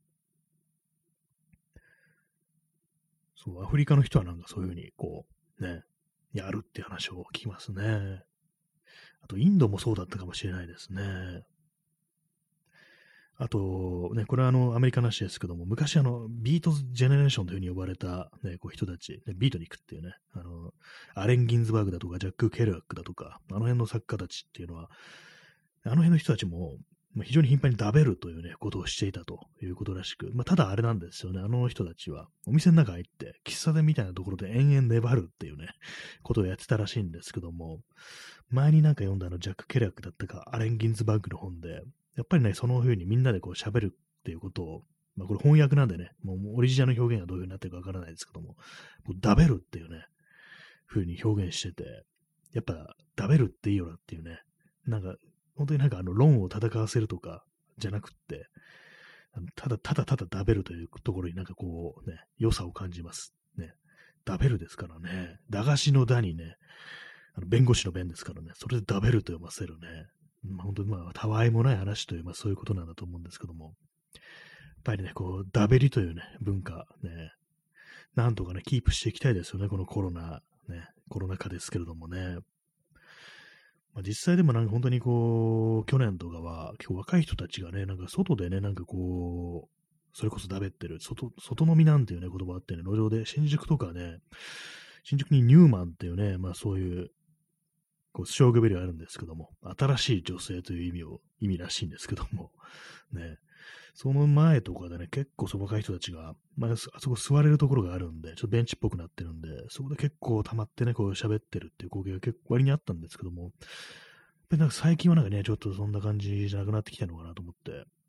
そう、アフリカの人はなんかそういうふうにこう、ね、やるって話を聞きますね。あと、インドもそうだったかもしれないですね。あと、ね、これはあの、アメリカなしですけども、昔あの、ビートジェネレーションというふうに呼ばれた、ね、こう人たち、ね、ビートに行くっていうね、あの、アレン・ギンズバーグだとか、ジャック・ケルアックだとか、あの辺の作家たちっていうのは、あの辺の人たちも、まあ非常に頻繁に食べるというね、ことをしていたということらしく、まあ、ただあれなんですよね、あの人たちは、お店の中入って、喫茶店みたいなところで延々粘るっていうね、ことをやってたらしいんですけども、前になんか読んだあの、ジャック・ケルアックだったか、アレン・ギンズバーグの本で、やっぱりね、その風にみんなでこう喋るっていうことを、まあこれ翻訳なんでね、もうオリジナルの表現がどういう風になってるかわからないですけども、こうダベるっていうね、風に表現してて、やっぱダベるっていいよなっていうね、なんか、本当になんかあの論を戦わせるとかじゃなくって、あのただただただダベるというところになんかこうね、良さを感じます。ね。ダベルですからね。駄菓子の駄にね、あの弁護士の弁ですからね、それでダベルと読ませるね。まあ、本当にまあ、たわいもない話という、まあそういうことなんだと思うんですけども、やっぱりね、こう、ダベリというね、文化、ね、なんとかね、キープしていきたいですよね、このコロナ、ね、コロナ禍ですけれどもね。まあ、実際でもなんか本当にこう、去年とかは、結構若い人たちがね、なんか外でね、なんかこう、それこそダベってる、外、外飲みなんていうね、言葉あってね、路上で、新宿とかね、新宿にニューマンっていうね、まあそういう、こう、商業ビルがあるんですけども、新しい女性という意味を、意味らしいんですけども、ね、その前とかでね、結構その若い人たちが、まあ、あそこ座れるところがあるんで、ちょっとベンチっぽくなってるんで、そこで結構溜まってね、こう喋ってるっていう光景が結構割にあったんですけども、やっぱりなんか最近はなんかね、ちょっとそんな感じじゃなくなってきたのかなと思って、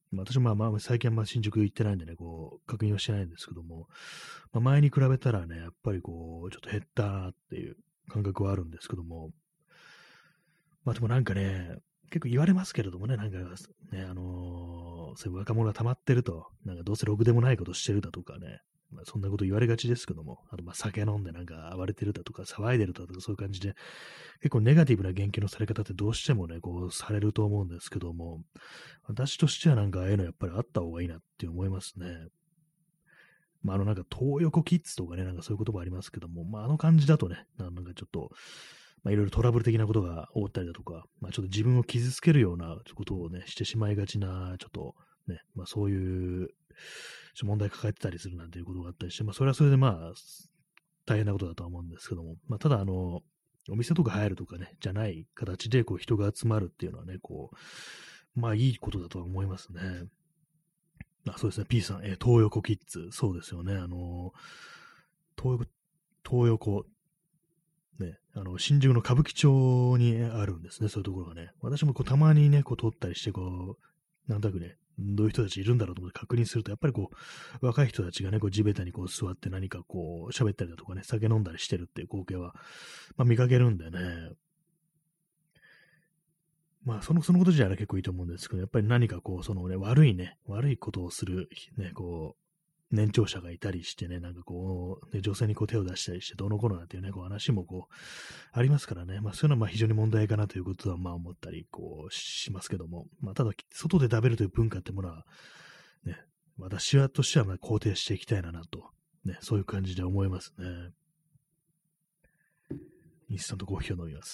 まあ、私もまあまあ最近はまあ新宿行ってないんでね、こう、確認はしてないんですけども、まあ、前に比べたらね、やっぱりこう、ちょっと減ったなっていう感覚はあるんですけども、まあでもなんかね、結構言われますけれどもね、なんかね、あのーそういう若者が溜まってると、なんかどうせろくでもないことしてるだとかね、まあ、そんなこと言われがちですけども、あとまあ酒飲んでなんか暴れてるだとか騒いでるだとかそういう感じで、結構ネガティブな言及のされ方ってどうしてもね、こうされると思うんですけども、私としてはなんかああいうのやっぱりあった方がいいなって思いますね。まあ、あのなんか東横キッズとかね、なんかそういう言葉ありますけども、まああの感じだとね、なんかちょっと、まあいろいろトラブル的なことが起こったりだとか、まあちょっと自分を傷つけるようなことをね、してしまいがちな、ちょっとね、まあそういう、ちょっと問題抱えてたりするなんていうことがあったりして、まあそれはそれでまあ大変なことだとは思うんですけども、まあただあの、お店とか入るとかね、じゃない形でこう人が集まるっていうのはね、こう、まあいいことだとは思いますね。あ、そうですね、P さん、えー東横キッズ、そうですよね、あの東横、東横、ね、あの、新宿の歌舞伎町にあるんですね、そういうところがね。私もこうたまにね、こう通ったりして、こう、なんとなくね、どういう人たちいるんだろうと思って確認すると、やっぱりこう、若い人たちがね、こう地べたにこう座って何かこう、喋ったりだとかね、酒飲んだりしてるっていう光景は、まあ見かけるんでね、まあ、その、そのこと自体は結構いいと思うんですけど、やっぱり何かこう、そのね、悪いね、悪いことをする、ね、こう、年長者がいたりしてね、なんかこう、ね、女性にこう手を出したりして、どうのこうのなんていうね、こう話もこう、ありますからね、まあそういうのはまあ非常に問題かなということはまあ思ったり、こう、しますけども、まあただ、外で食べるという文化ってものは、ね、私はとしてはまあ肯定していきたいななと、ね、そういう感じで思いますね。インスタントコーヒーを飲みます。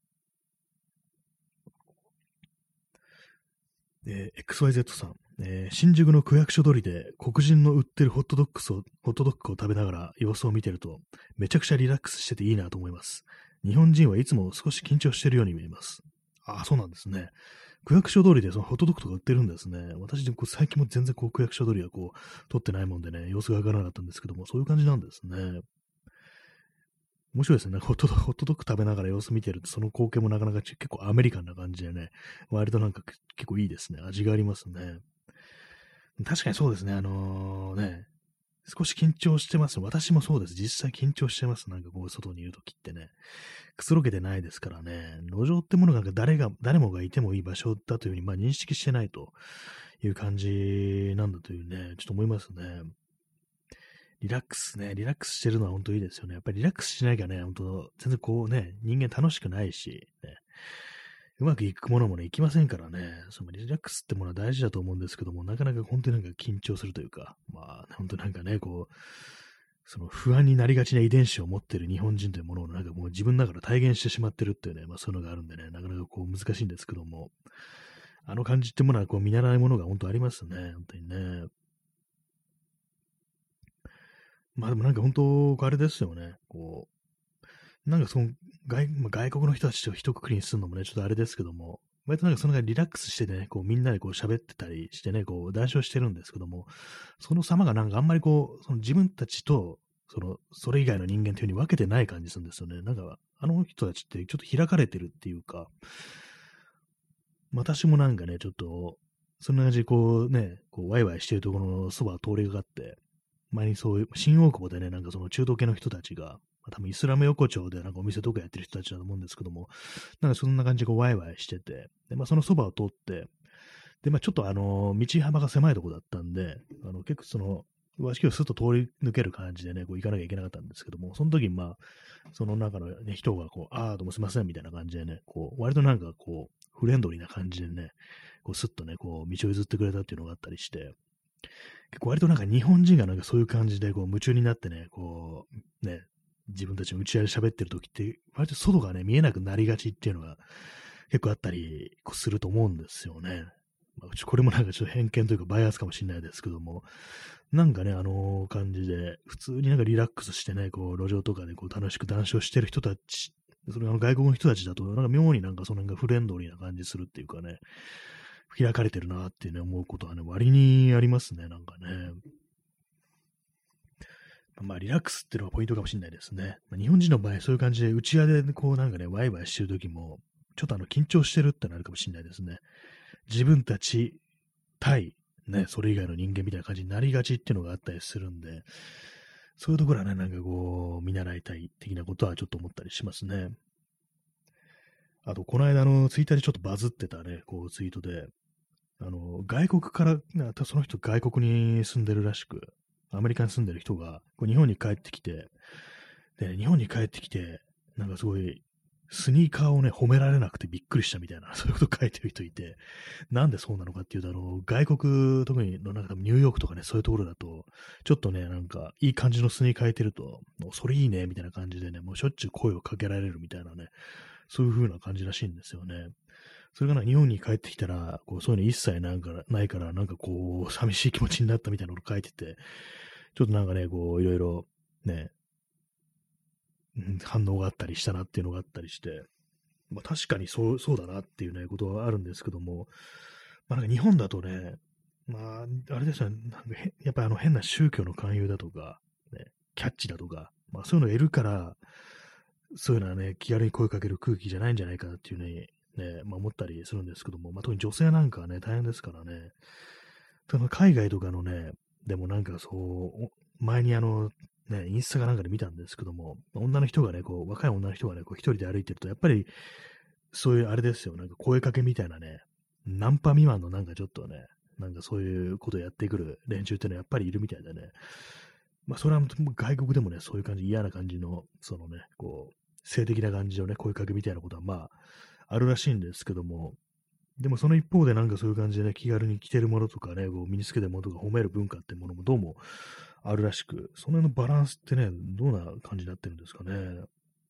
えー、エックスワイゼット さん、えー新宿の区役所通りで黒人の売ってるホットドッグを、ホットドッグを食べながら様子を見てると、めちゃくちゃリラックスしてていいなと思います。日本人はいつも少し緊張してるように見えます。ああ、そうなんですね。区役所通りでそのホットドッグとか売ってるんですね。私でもこう最近も全然こう区役所通りはこう通ってないもんでね、様子がわからなかったんですけども、そういう感じなんですね。面白いですね。なんかホットドホットドッグ食べながら様子見てると、その光景もなかなか結構アメリカンな感じでね、割となんか結構いいですね。味がありますね。確かにそうですね。あのね、少し緊張してます。私もそうです。実際緊張してます。なんかこう、外にいるときってね。くつろげてないですからね。路上ってものがなんか誰が、誰もがいてもいい場所だというふうに、まあ認識してないという感じなんだというね、ちょっと思いますね。リラックスね、リラックスしてるのは本当いいですよね。やっぱりリラックスしなきゃね、本当全然こうね、人間楽しくないし、ね、うまくいくものもね、いきませんからね、そのリラックスってものは大事だと思うんですけども、なかなか本当になんか緊張するというか、まあ、本当なんかね、こう、その不安になりがちな遺伝子を持っている日本人というものをなんかもう自分の中で体現してしまってるっていうね、まあそういうのがあるんでね、なかなかこう難しいんですけども、あの感じってものはこう見習いものが本当ありますね、本当にね。まあでもなんか本当、あれですよね、こう、なんかその外、まあ、外国の人たちと一括りにするのもね、ちょっとあれですけども、割となんかそのぐらいリラックスしてね、こうみんなでこう喋ってたりしてね、こう談笑してるんですけども、その様がなんかあんまりこう、その自分たちと、その、それ以外の人間というふうに分けてない感じするんですよね。なんか、あの人たちってちょっと開かれてるっていうか、私もなんかね、ちょっと、そんな感じでこうね、こうワイワイしてるところのそば通りがかって、前にそういう、新大久保でね、なんかその中東系の人たちが、まあ、多分イスラム横丁でなんかお店とかやってる人たちだと思うんですけども、なんかそんな感じでこうワイワイしてて、で、まあそのそばを通って、で、まあちょっとあの、道幅が狭いとこだったんで、あの、結構その、和式をスッと通り抜ける感じでね、こう行かなきゃいけなかったんですけども、その時にまあ、その中の、ね、人がこう、ああ、どうもすいません、みたいな感じでね、こう、割となんかこう、フレンドリーな感じでね、こう、スッとね、こう、道を譲ってくれたっていうのがあったりして、結構割となんか日本人がなんかそういう感じでこう夢中になってね、こう、ね、自分たちの打ち合いで喋ってる時って、割と外がね、見えなくなりがちっていうのが結構あったりすると思うんですよね。まあ、うちこれもなんかちょっと偏見というかバイアスかもしれないですけども、なんかね、あの感じで、普通になんかリラックスしてね、こう、路上とかでこう楽しく談笑してる人たち、それあの外国の人たちだと、なんか妙になんかその辺がフレンドリーな感じするっていうかね、開かれてるなっていうね、思うことはね、割にありますね、なんかね。まあ、リラックスっていうのがポイントかもしれないですね。まあ、日本人の場合、そういう感じで、内輪でこうなんかね、ワイワイしてるときも、ちょっとあの、緊張してるってのあるかもしれないですね。自分たち対、ね、それ以外の人間みたいな感じになりがちっていうのがあったりするんで、そういうところはね、なんかこう、見習いたい的なことはちょっと思ったりしますね。あと、この間、あの、ツイッターでちょっとバズってたね、こう、ツイートで、あの、外国から、なその人外国に住んでるらしく、アメリカに住んでる人が、こう日本に帰ってきて、で、日本に帰ってきて、なんかすごい、スニーカーをね、褒められなくてびっくりしたみたいな、そういうこと書いてる人いて、なんでそうなのかっていうと、あの、外国、特にの、なんかニューヨークとかね、そういうところだと、ちょっとね、なんか、いい感じのスニーカー履いてると、もうそれいいね、みたいな感じでね、もうしょっちゅう声をかけられるみたいなね、そういう風な感じらしいんですよね。それがな、日本に帰ってきたら、こう、そういうの一切なんかないから、なんかこう、寂しい気持ちになったみたいなのを書いてて、ちょっとなんかね、こう、いろいろ、ね、うん、反応があったりしたなっていうのがあったりして、まあ確かにそう、そうだなっていうね、ことはあるんですけども、まあなんか日本だとね、まあ、あれですよね、なんかへやっぱりあの変な宗教の勧誘だとか、ね、キャッチだとか、まあそういうのがいるから、そういうのはね、気軽に声かける空気じゃないんじゃないかなっていうね、ね、まあ思ったりするんですけども、まあ特に女性なんかはね、大変ですからね、ただ海外とかのね、でもなんかそう、前にあの、ね、インスタかなんかで見たんですけども、女の人がね、こう、若い女の人がね、こう一人で歩いてると、やっぱり、そういうあれですよ、なんか声かけみたいなね、ナンパ未満のなんかちょっとね、なんかそういうことをやってくる連中っていうのはやっぱりいるみたいでね、まあそれは外国でもね、そういう感じ、嫌な感じの、そのね、こう、性的な感じのね、声かけみたいなことはまあ、あるらしいんですけども、でもその一方でなんかそういう感じでね、気軽に着てるものとかね、こう身につけてるものとか褒める文化ってものもどうもあるらしく、その辺のバランスってね、どんな感じになってるんですかね。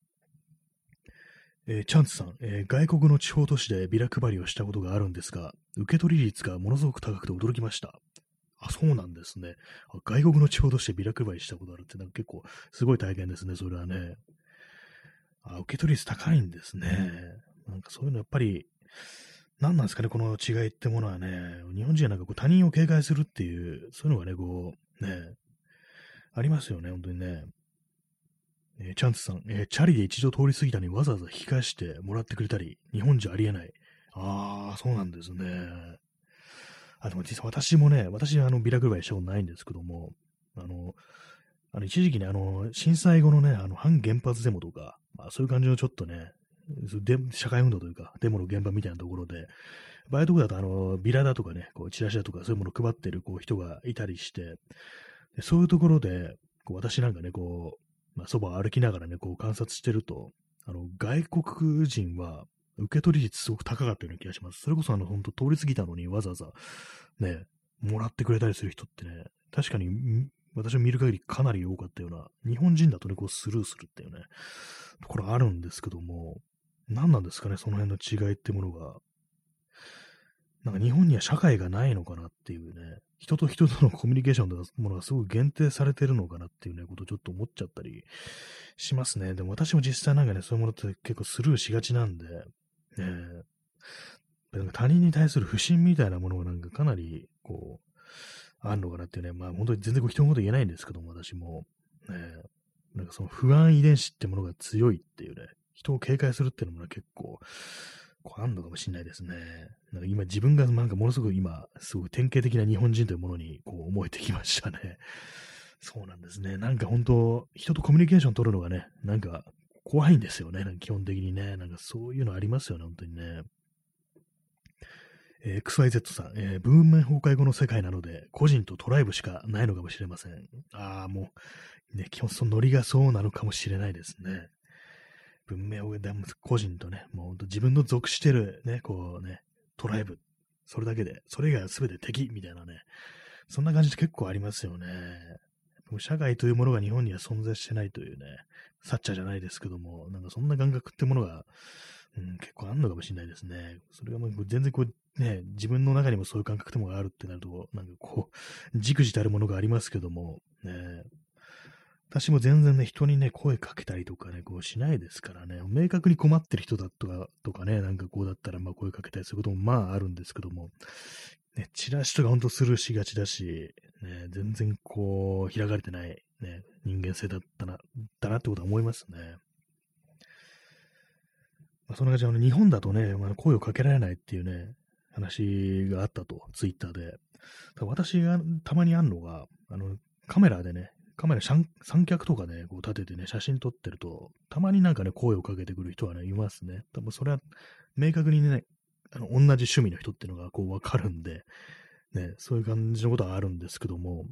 えーチャンツさん、えー外国の地方都市でビラ配りをしたことがあるんですが、受け取り率がものすごく高くて驚きました。あ、そうなんですね。あ外国の地方都市でビラ配りしたことあるって、なんか結構すごい体験ですね、それはね。あ、受け取り率高いんですね。なんかそういうのやっぱり、何なんですかね、この違いってものはね。日本人はなんかこう他人を警戒するっていう、そういうのがね、こう、ね、ありますよね、本当にね。えーチャンツさん、えーチャリで一度通り過ぎたのにわざわざ引き返してもらってくれたり、日本じゃありえない。ああ、そうなんですね。あ、でも実は私もね、私はあのビラ配りしたことないんですけども、あの、あの一時期ね、あの、震災後のね、あの、反原発デモとか、まあ、そういう感じのちょっとね、で社会運動というか、デモの現場みたいなところで、場合とこだと、あの、ビラだとかね、こう、チラシだとか、そういうものを配ってるこう人がいたりして、でそういうところで、こう私なんかね、こう、まあ、そばを歩きながらね、こう観察してると、あの、外国人は、受け取り率すごく高かったような気がします。それこそ、あの、本当通り過ぎたのにわざわざ、ね、もらってくれたりする人ってね、確かに、ん私を見る限りかなり多かったような、日本人だとね、こうスルーするっていうね、ところあるんですけども、何なんですかね、その辺の違いってものが。なんか日本には社会がないのかなっていうね、人と人とのコミュニケーションとかものがすごく限定されてるのかなっていうね、ことをちょっと思っちゃったりしますね。でも私も実際なんかね、そういうものって結構スルーしがちなんで、ね、なんか他人に対する不信みたいなものがなんかかなり、こう、あるのかなっていうね、まあ本当に全然こう人のこと言えないんですけども、私も、ね、なんかその不安遺伝子ってものが強いっていうね、人を警戒するっていうのもね、結構、こうあんのかもしれないですね。なんか今自分がなんかものすごく今、すごく典型的な日本人というものにこう思えてきましたね。そうなんですね。なんか本当、人とコミュニケーション取るのがね、なんか怖いんですよね。なんか基本的にね。なんかそういうのありますよね、本当にね。えー エックスワイゼット さん、えー文明崩壊後の世界なので、個人とトライブしかないのかもしれません。ああ、もう、ね、基本そのノリがそうなのかもしれないですね。文明を個人とね、もう本当自分の属してるね、こうね、トライブ、それだけで、それ以外は全て敵みたいなね、そんな感じって結構ありますよね。社会というものが日本には存在してないというね、サッチャーじゃないですけども、なんかそんな感覚ってものが、うん、結構あんのかもしれないですね。それがもう全然こう、ね、自分の中にもそういう感覚ってものがあるってなると、なんかこう、じくじたるものがありますけども、ね、私も全然ね、人にね、声かけたりとかね、こうしないですからね、明確に困ってる人だとか、とかね、なんかこうだったら、まあ声かけたりすることもまああるんですけども、ね、チラシとかほんとスルーしがちだし、ね、全然こう、開かれてない、ね、人間性だったな、だなってことは思いますね。まあ、そんな感じで、あの日本だとね、まあ、声をかけられないっていうね、 話があったと、ツイッターで。私がたまにあるのが、あの、カメラでね、カメラ三脚とかね、こう立ててね、写真撮ってると、たまになんかね、声をかけてくる人はね、いますね。多分それは、明確にね、あの、同じ趣味の人っていうのがこうわかるんで、ね、そういう感じのことはあるんですけども、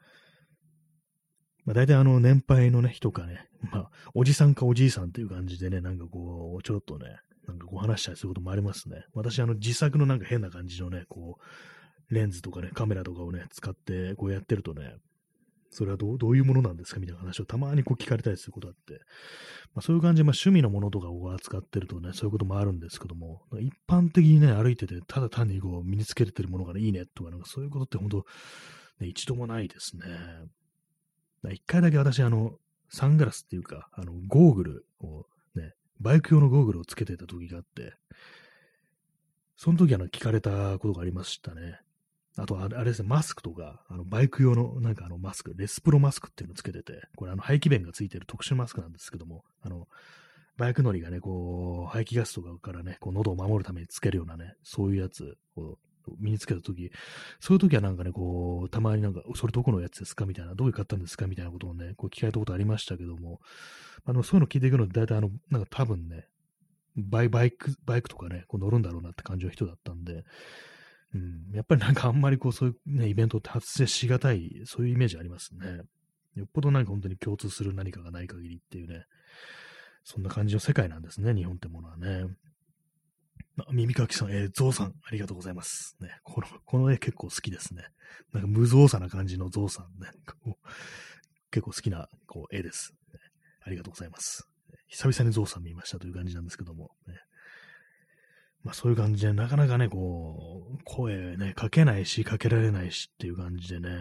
まあ大体あの、年配のね、人かね、まあ、おじさんかおじいさんっていう感じでね、なんかこう、ちょっとね、なんかこう話したりすることもありますね。私、あの、自作のなんか変な感じのね、こう、レンズとかね、カメラとかをね、使ってこうやってるとね、それはどうどういうものなんですかみたいな話をたまにこう聞かれたりすることあって、まあ、そういう感じで、まあ、趣味のものとかを扱ってるとね、そういうこともあるんですけども、一般的にね、歩いてて、ただ単にこう身につけれてるものが、ね、いいねとか、なんかそういうことって本当、ね、一度もないですね。一回だけ私、あの、サングラスっていうか、あの、ゴーグルをね、バイク用のゴーグルをつけてた時があって、その時あの、聞かれたことがありましたね。あと、あれですね、マスクとか、あの、バイク用の、なんかあの、マスク、レスプロマスクっていうのをつけてて、これあの、排気弁がついてる特殊マスクなんですけども、あの、バイク乗りがね、こう、排気ガスとかからね、こう、喉を守るためにつけるようなね、そういうやつを身につけたとき、そういうときはなんかね、こう、たまになんか、それどこのやつですかみたいな、どういう買ったんですかみたいなことをね、こう聞かれたことありましたけども、あの、そういうの聞いていくのって大体あの、なんか多分ね、バイバイク、バイクとかね、こう乗るんだろうなって感じの人だったんで、うん、やっぱりなんかあんまりこう、そういうね、イベントって発生しがたい、そういうイメージありますね。よっぽどなんか本当に共通する何かがない限りっていうね、そんな感じの世界なんですね、日本ってものはね。あ耳かきさん、えー、ゾウさん、ありがとうございます。ね、この、この絵結構好きですね。なんか無造作な感じのゾウさんね。こう結構好きなこう絵です、ね。ありがとうございます。久々にゾウさん見ましたという感じなんですけども。ね、まあそういう感じで、なかなかね、こう、声ね、かけないし、かけられないしっていう感じでね、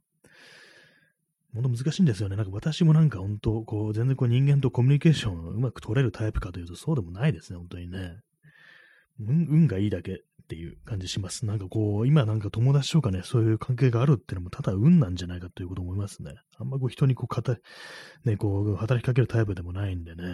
本当難しいんですよね。なんか私もなんか本当、こう、全然こう人間とコミュニケーションをうまく取れるタイプかというと、そうでもないですね、本当にね。運、運がいいだけっていう感じします。なんかこう、今なんか友達とかね、そういう関係があるっていうのもただ運なんじゃないかということを思いますね。あんまこう人にこう、かた、ね、こう、働きかけるタイプでもないんでね。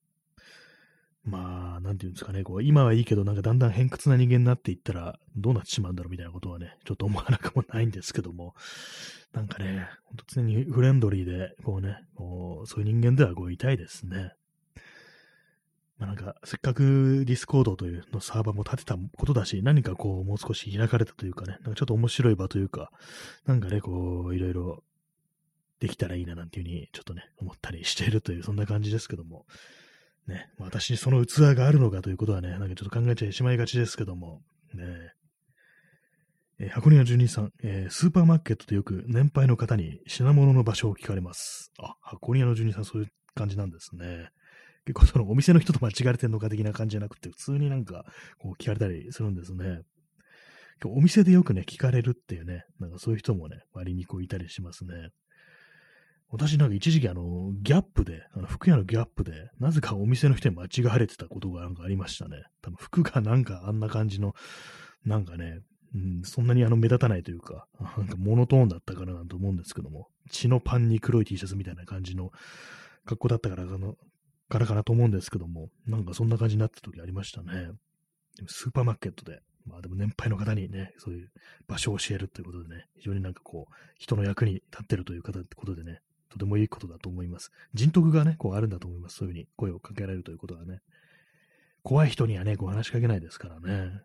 まあ、なんていうんですかね、こう、今はいいけど、なんかだんだん偏屈な人間になっていったら、どうなってしまうんだろうみたいなことはね、ちょっと思わなくもないんですけども、なんかね、ほんと常にフレンドリーで、こうね、こうそういう人間ではこういたいですね。まあ、なんか、せっかくディスコードというのサーバーも立てたことだし、何かこう、もう少し開かれたというかね、なんかちょっと面白い場というか、なんかね、こう、いろいろできたらいいななんていうふうに、ちょっとね、思ったりしているという、そんな感じですけども、ね、私にその器があるのかということはね、なんかちょっと考えちゃいしまいがちですけども、ね、えー箱庭じゅうにさん、えースーパーマーケットでよく年配の方に品物の場所を聞かれます。あ、箱庭のじゅうにさん、そういう感じなんですね。結構そのお店の人と間違われてるのか的な感じじゃなくて、普通になんかこう聞かれたりするんですね。お店でよくね、聞かれるっていうね、なんかそういう人もね、割にこういたりしますね。私なんか一時期あの、ギャップで、あの服屋のギャップで、なぜかお店の人に間違われてたことがなんかありましたね。多分服がなんかあんな感じの、なんかね、うん、そんなにあの目立たないというか、なんかモノトーンだったからなんて思うんですけども、血のパンに黒い T シャツみたいな感じの格好だったからかな、からかなと思うんですけども、なんかそんな感じになった時ありましたね。でもスーパーマーケットで、まあでも年配の方にね、そういう場所を教えるということでね、非常になんかこう、人の役に立ってるという方ってことでね、とてもいいことだと思います。人徳がね、こうあるんだと思います。そういうふうに声をかけられるということはね。怖い人にはね、こう話しかけないですからね。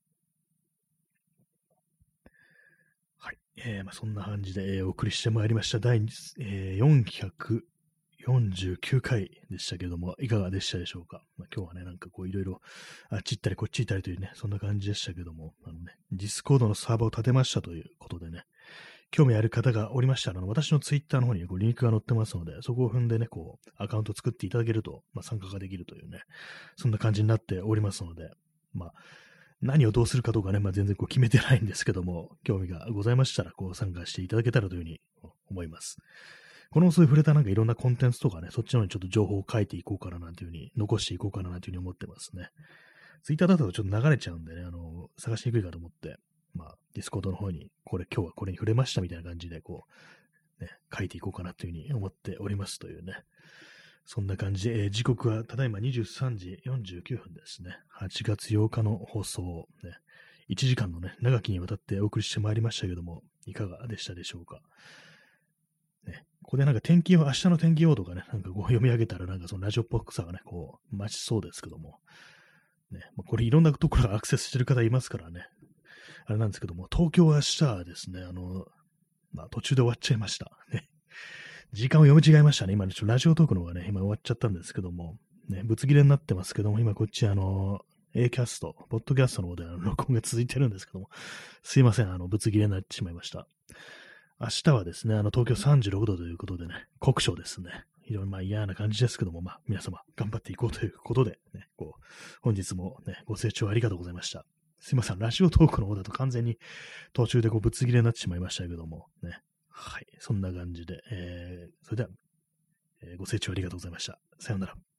はい。えー、まあ、そんな感じで、えーお送りしてまいりました。第、えー、よんひゃくよんじゅうきゅうかいでしたけども、いかがでしたでしょうか。まあ、今日はね、なんかこういろいろ、あっち行ったりこっち行ったりというね、そんな感じでしたけども、あのね、ディスコードのサーバーを立てましたということでね、興味ある方がおりましたら、あの私のツイッターの方にこうリンクが載ってますので、そこを踏んでね、こう、アカウント作っていただけると、まあ、参加ができるというね、そんな感じになっておりますので、まあ、何をどうするかどうかね、まあ、全然こう決めてないんですけども、興味がございましたら、こう参加していただけたらというふうに思います。このそういう触れたなんかいろんなコンテンツとかね、そっちの方にちょっと情報を書いていこうかななんていうふうに、残していこうかななんていうふうに思ってますね。ツイッターだとちょっと流れちゃうんでね、あの、探しにくいかと思って、まあ、ディスコードの方に、これ今日はこれに触れましたみたいな感じで、こう、ね、書いていこうかなというふうに思っておりますというね。そんな感じで、えー時刻はただいまにじゅうさんじよんじゅうきゅうふんですね。はちがつようかの放送、ね。 いちじかんのね、長きにわたってお送りしてまいりましたけども、いかがでしたでしょうか。ね、ここでなんか天気予報、明日の天気予報とかね、なんかこう読み上げたらなんかそのラジオっぽくさがね、こう、増しそうですけども、ね、まあ、これいろんなところがアクセスしてる方いますからね、あれなんですけども、東京は明日はですね、あの、まあ途中で終わっちゃいました。ね。時間を読み違いましたね。今ね、ちょっとラジオトークの方がね、今終わっちゃったんですけども、ね、ぶつ切れになってますけども、今こっちあの、A キャスト、ポッドキャストの方であの録音が続いてるんですけども、すいません、あの、ぶつ切れになってしまいました。明日はですね、あの、東京さんじゅうろくどということでね、酷暑ですね。非常にまあ嫌な感じですけども、まあ皆様頑張っていこうということで、ね、こう、本日もね、ご清聴ありがとうございました。すいません、ラジオトークの方だと完全に途中でこうぶつ切れになってしまいましたけども、ね。はい、そんな感じで、えー、それでは、えーご清聴ありがとうございました。さようなら。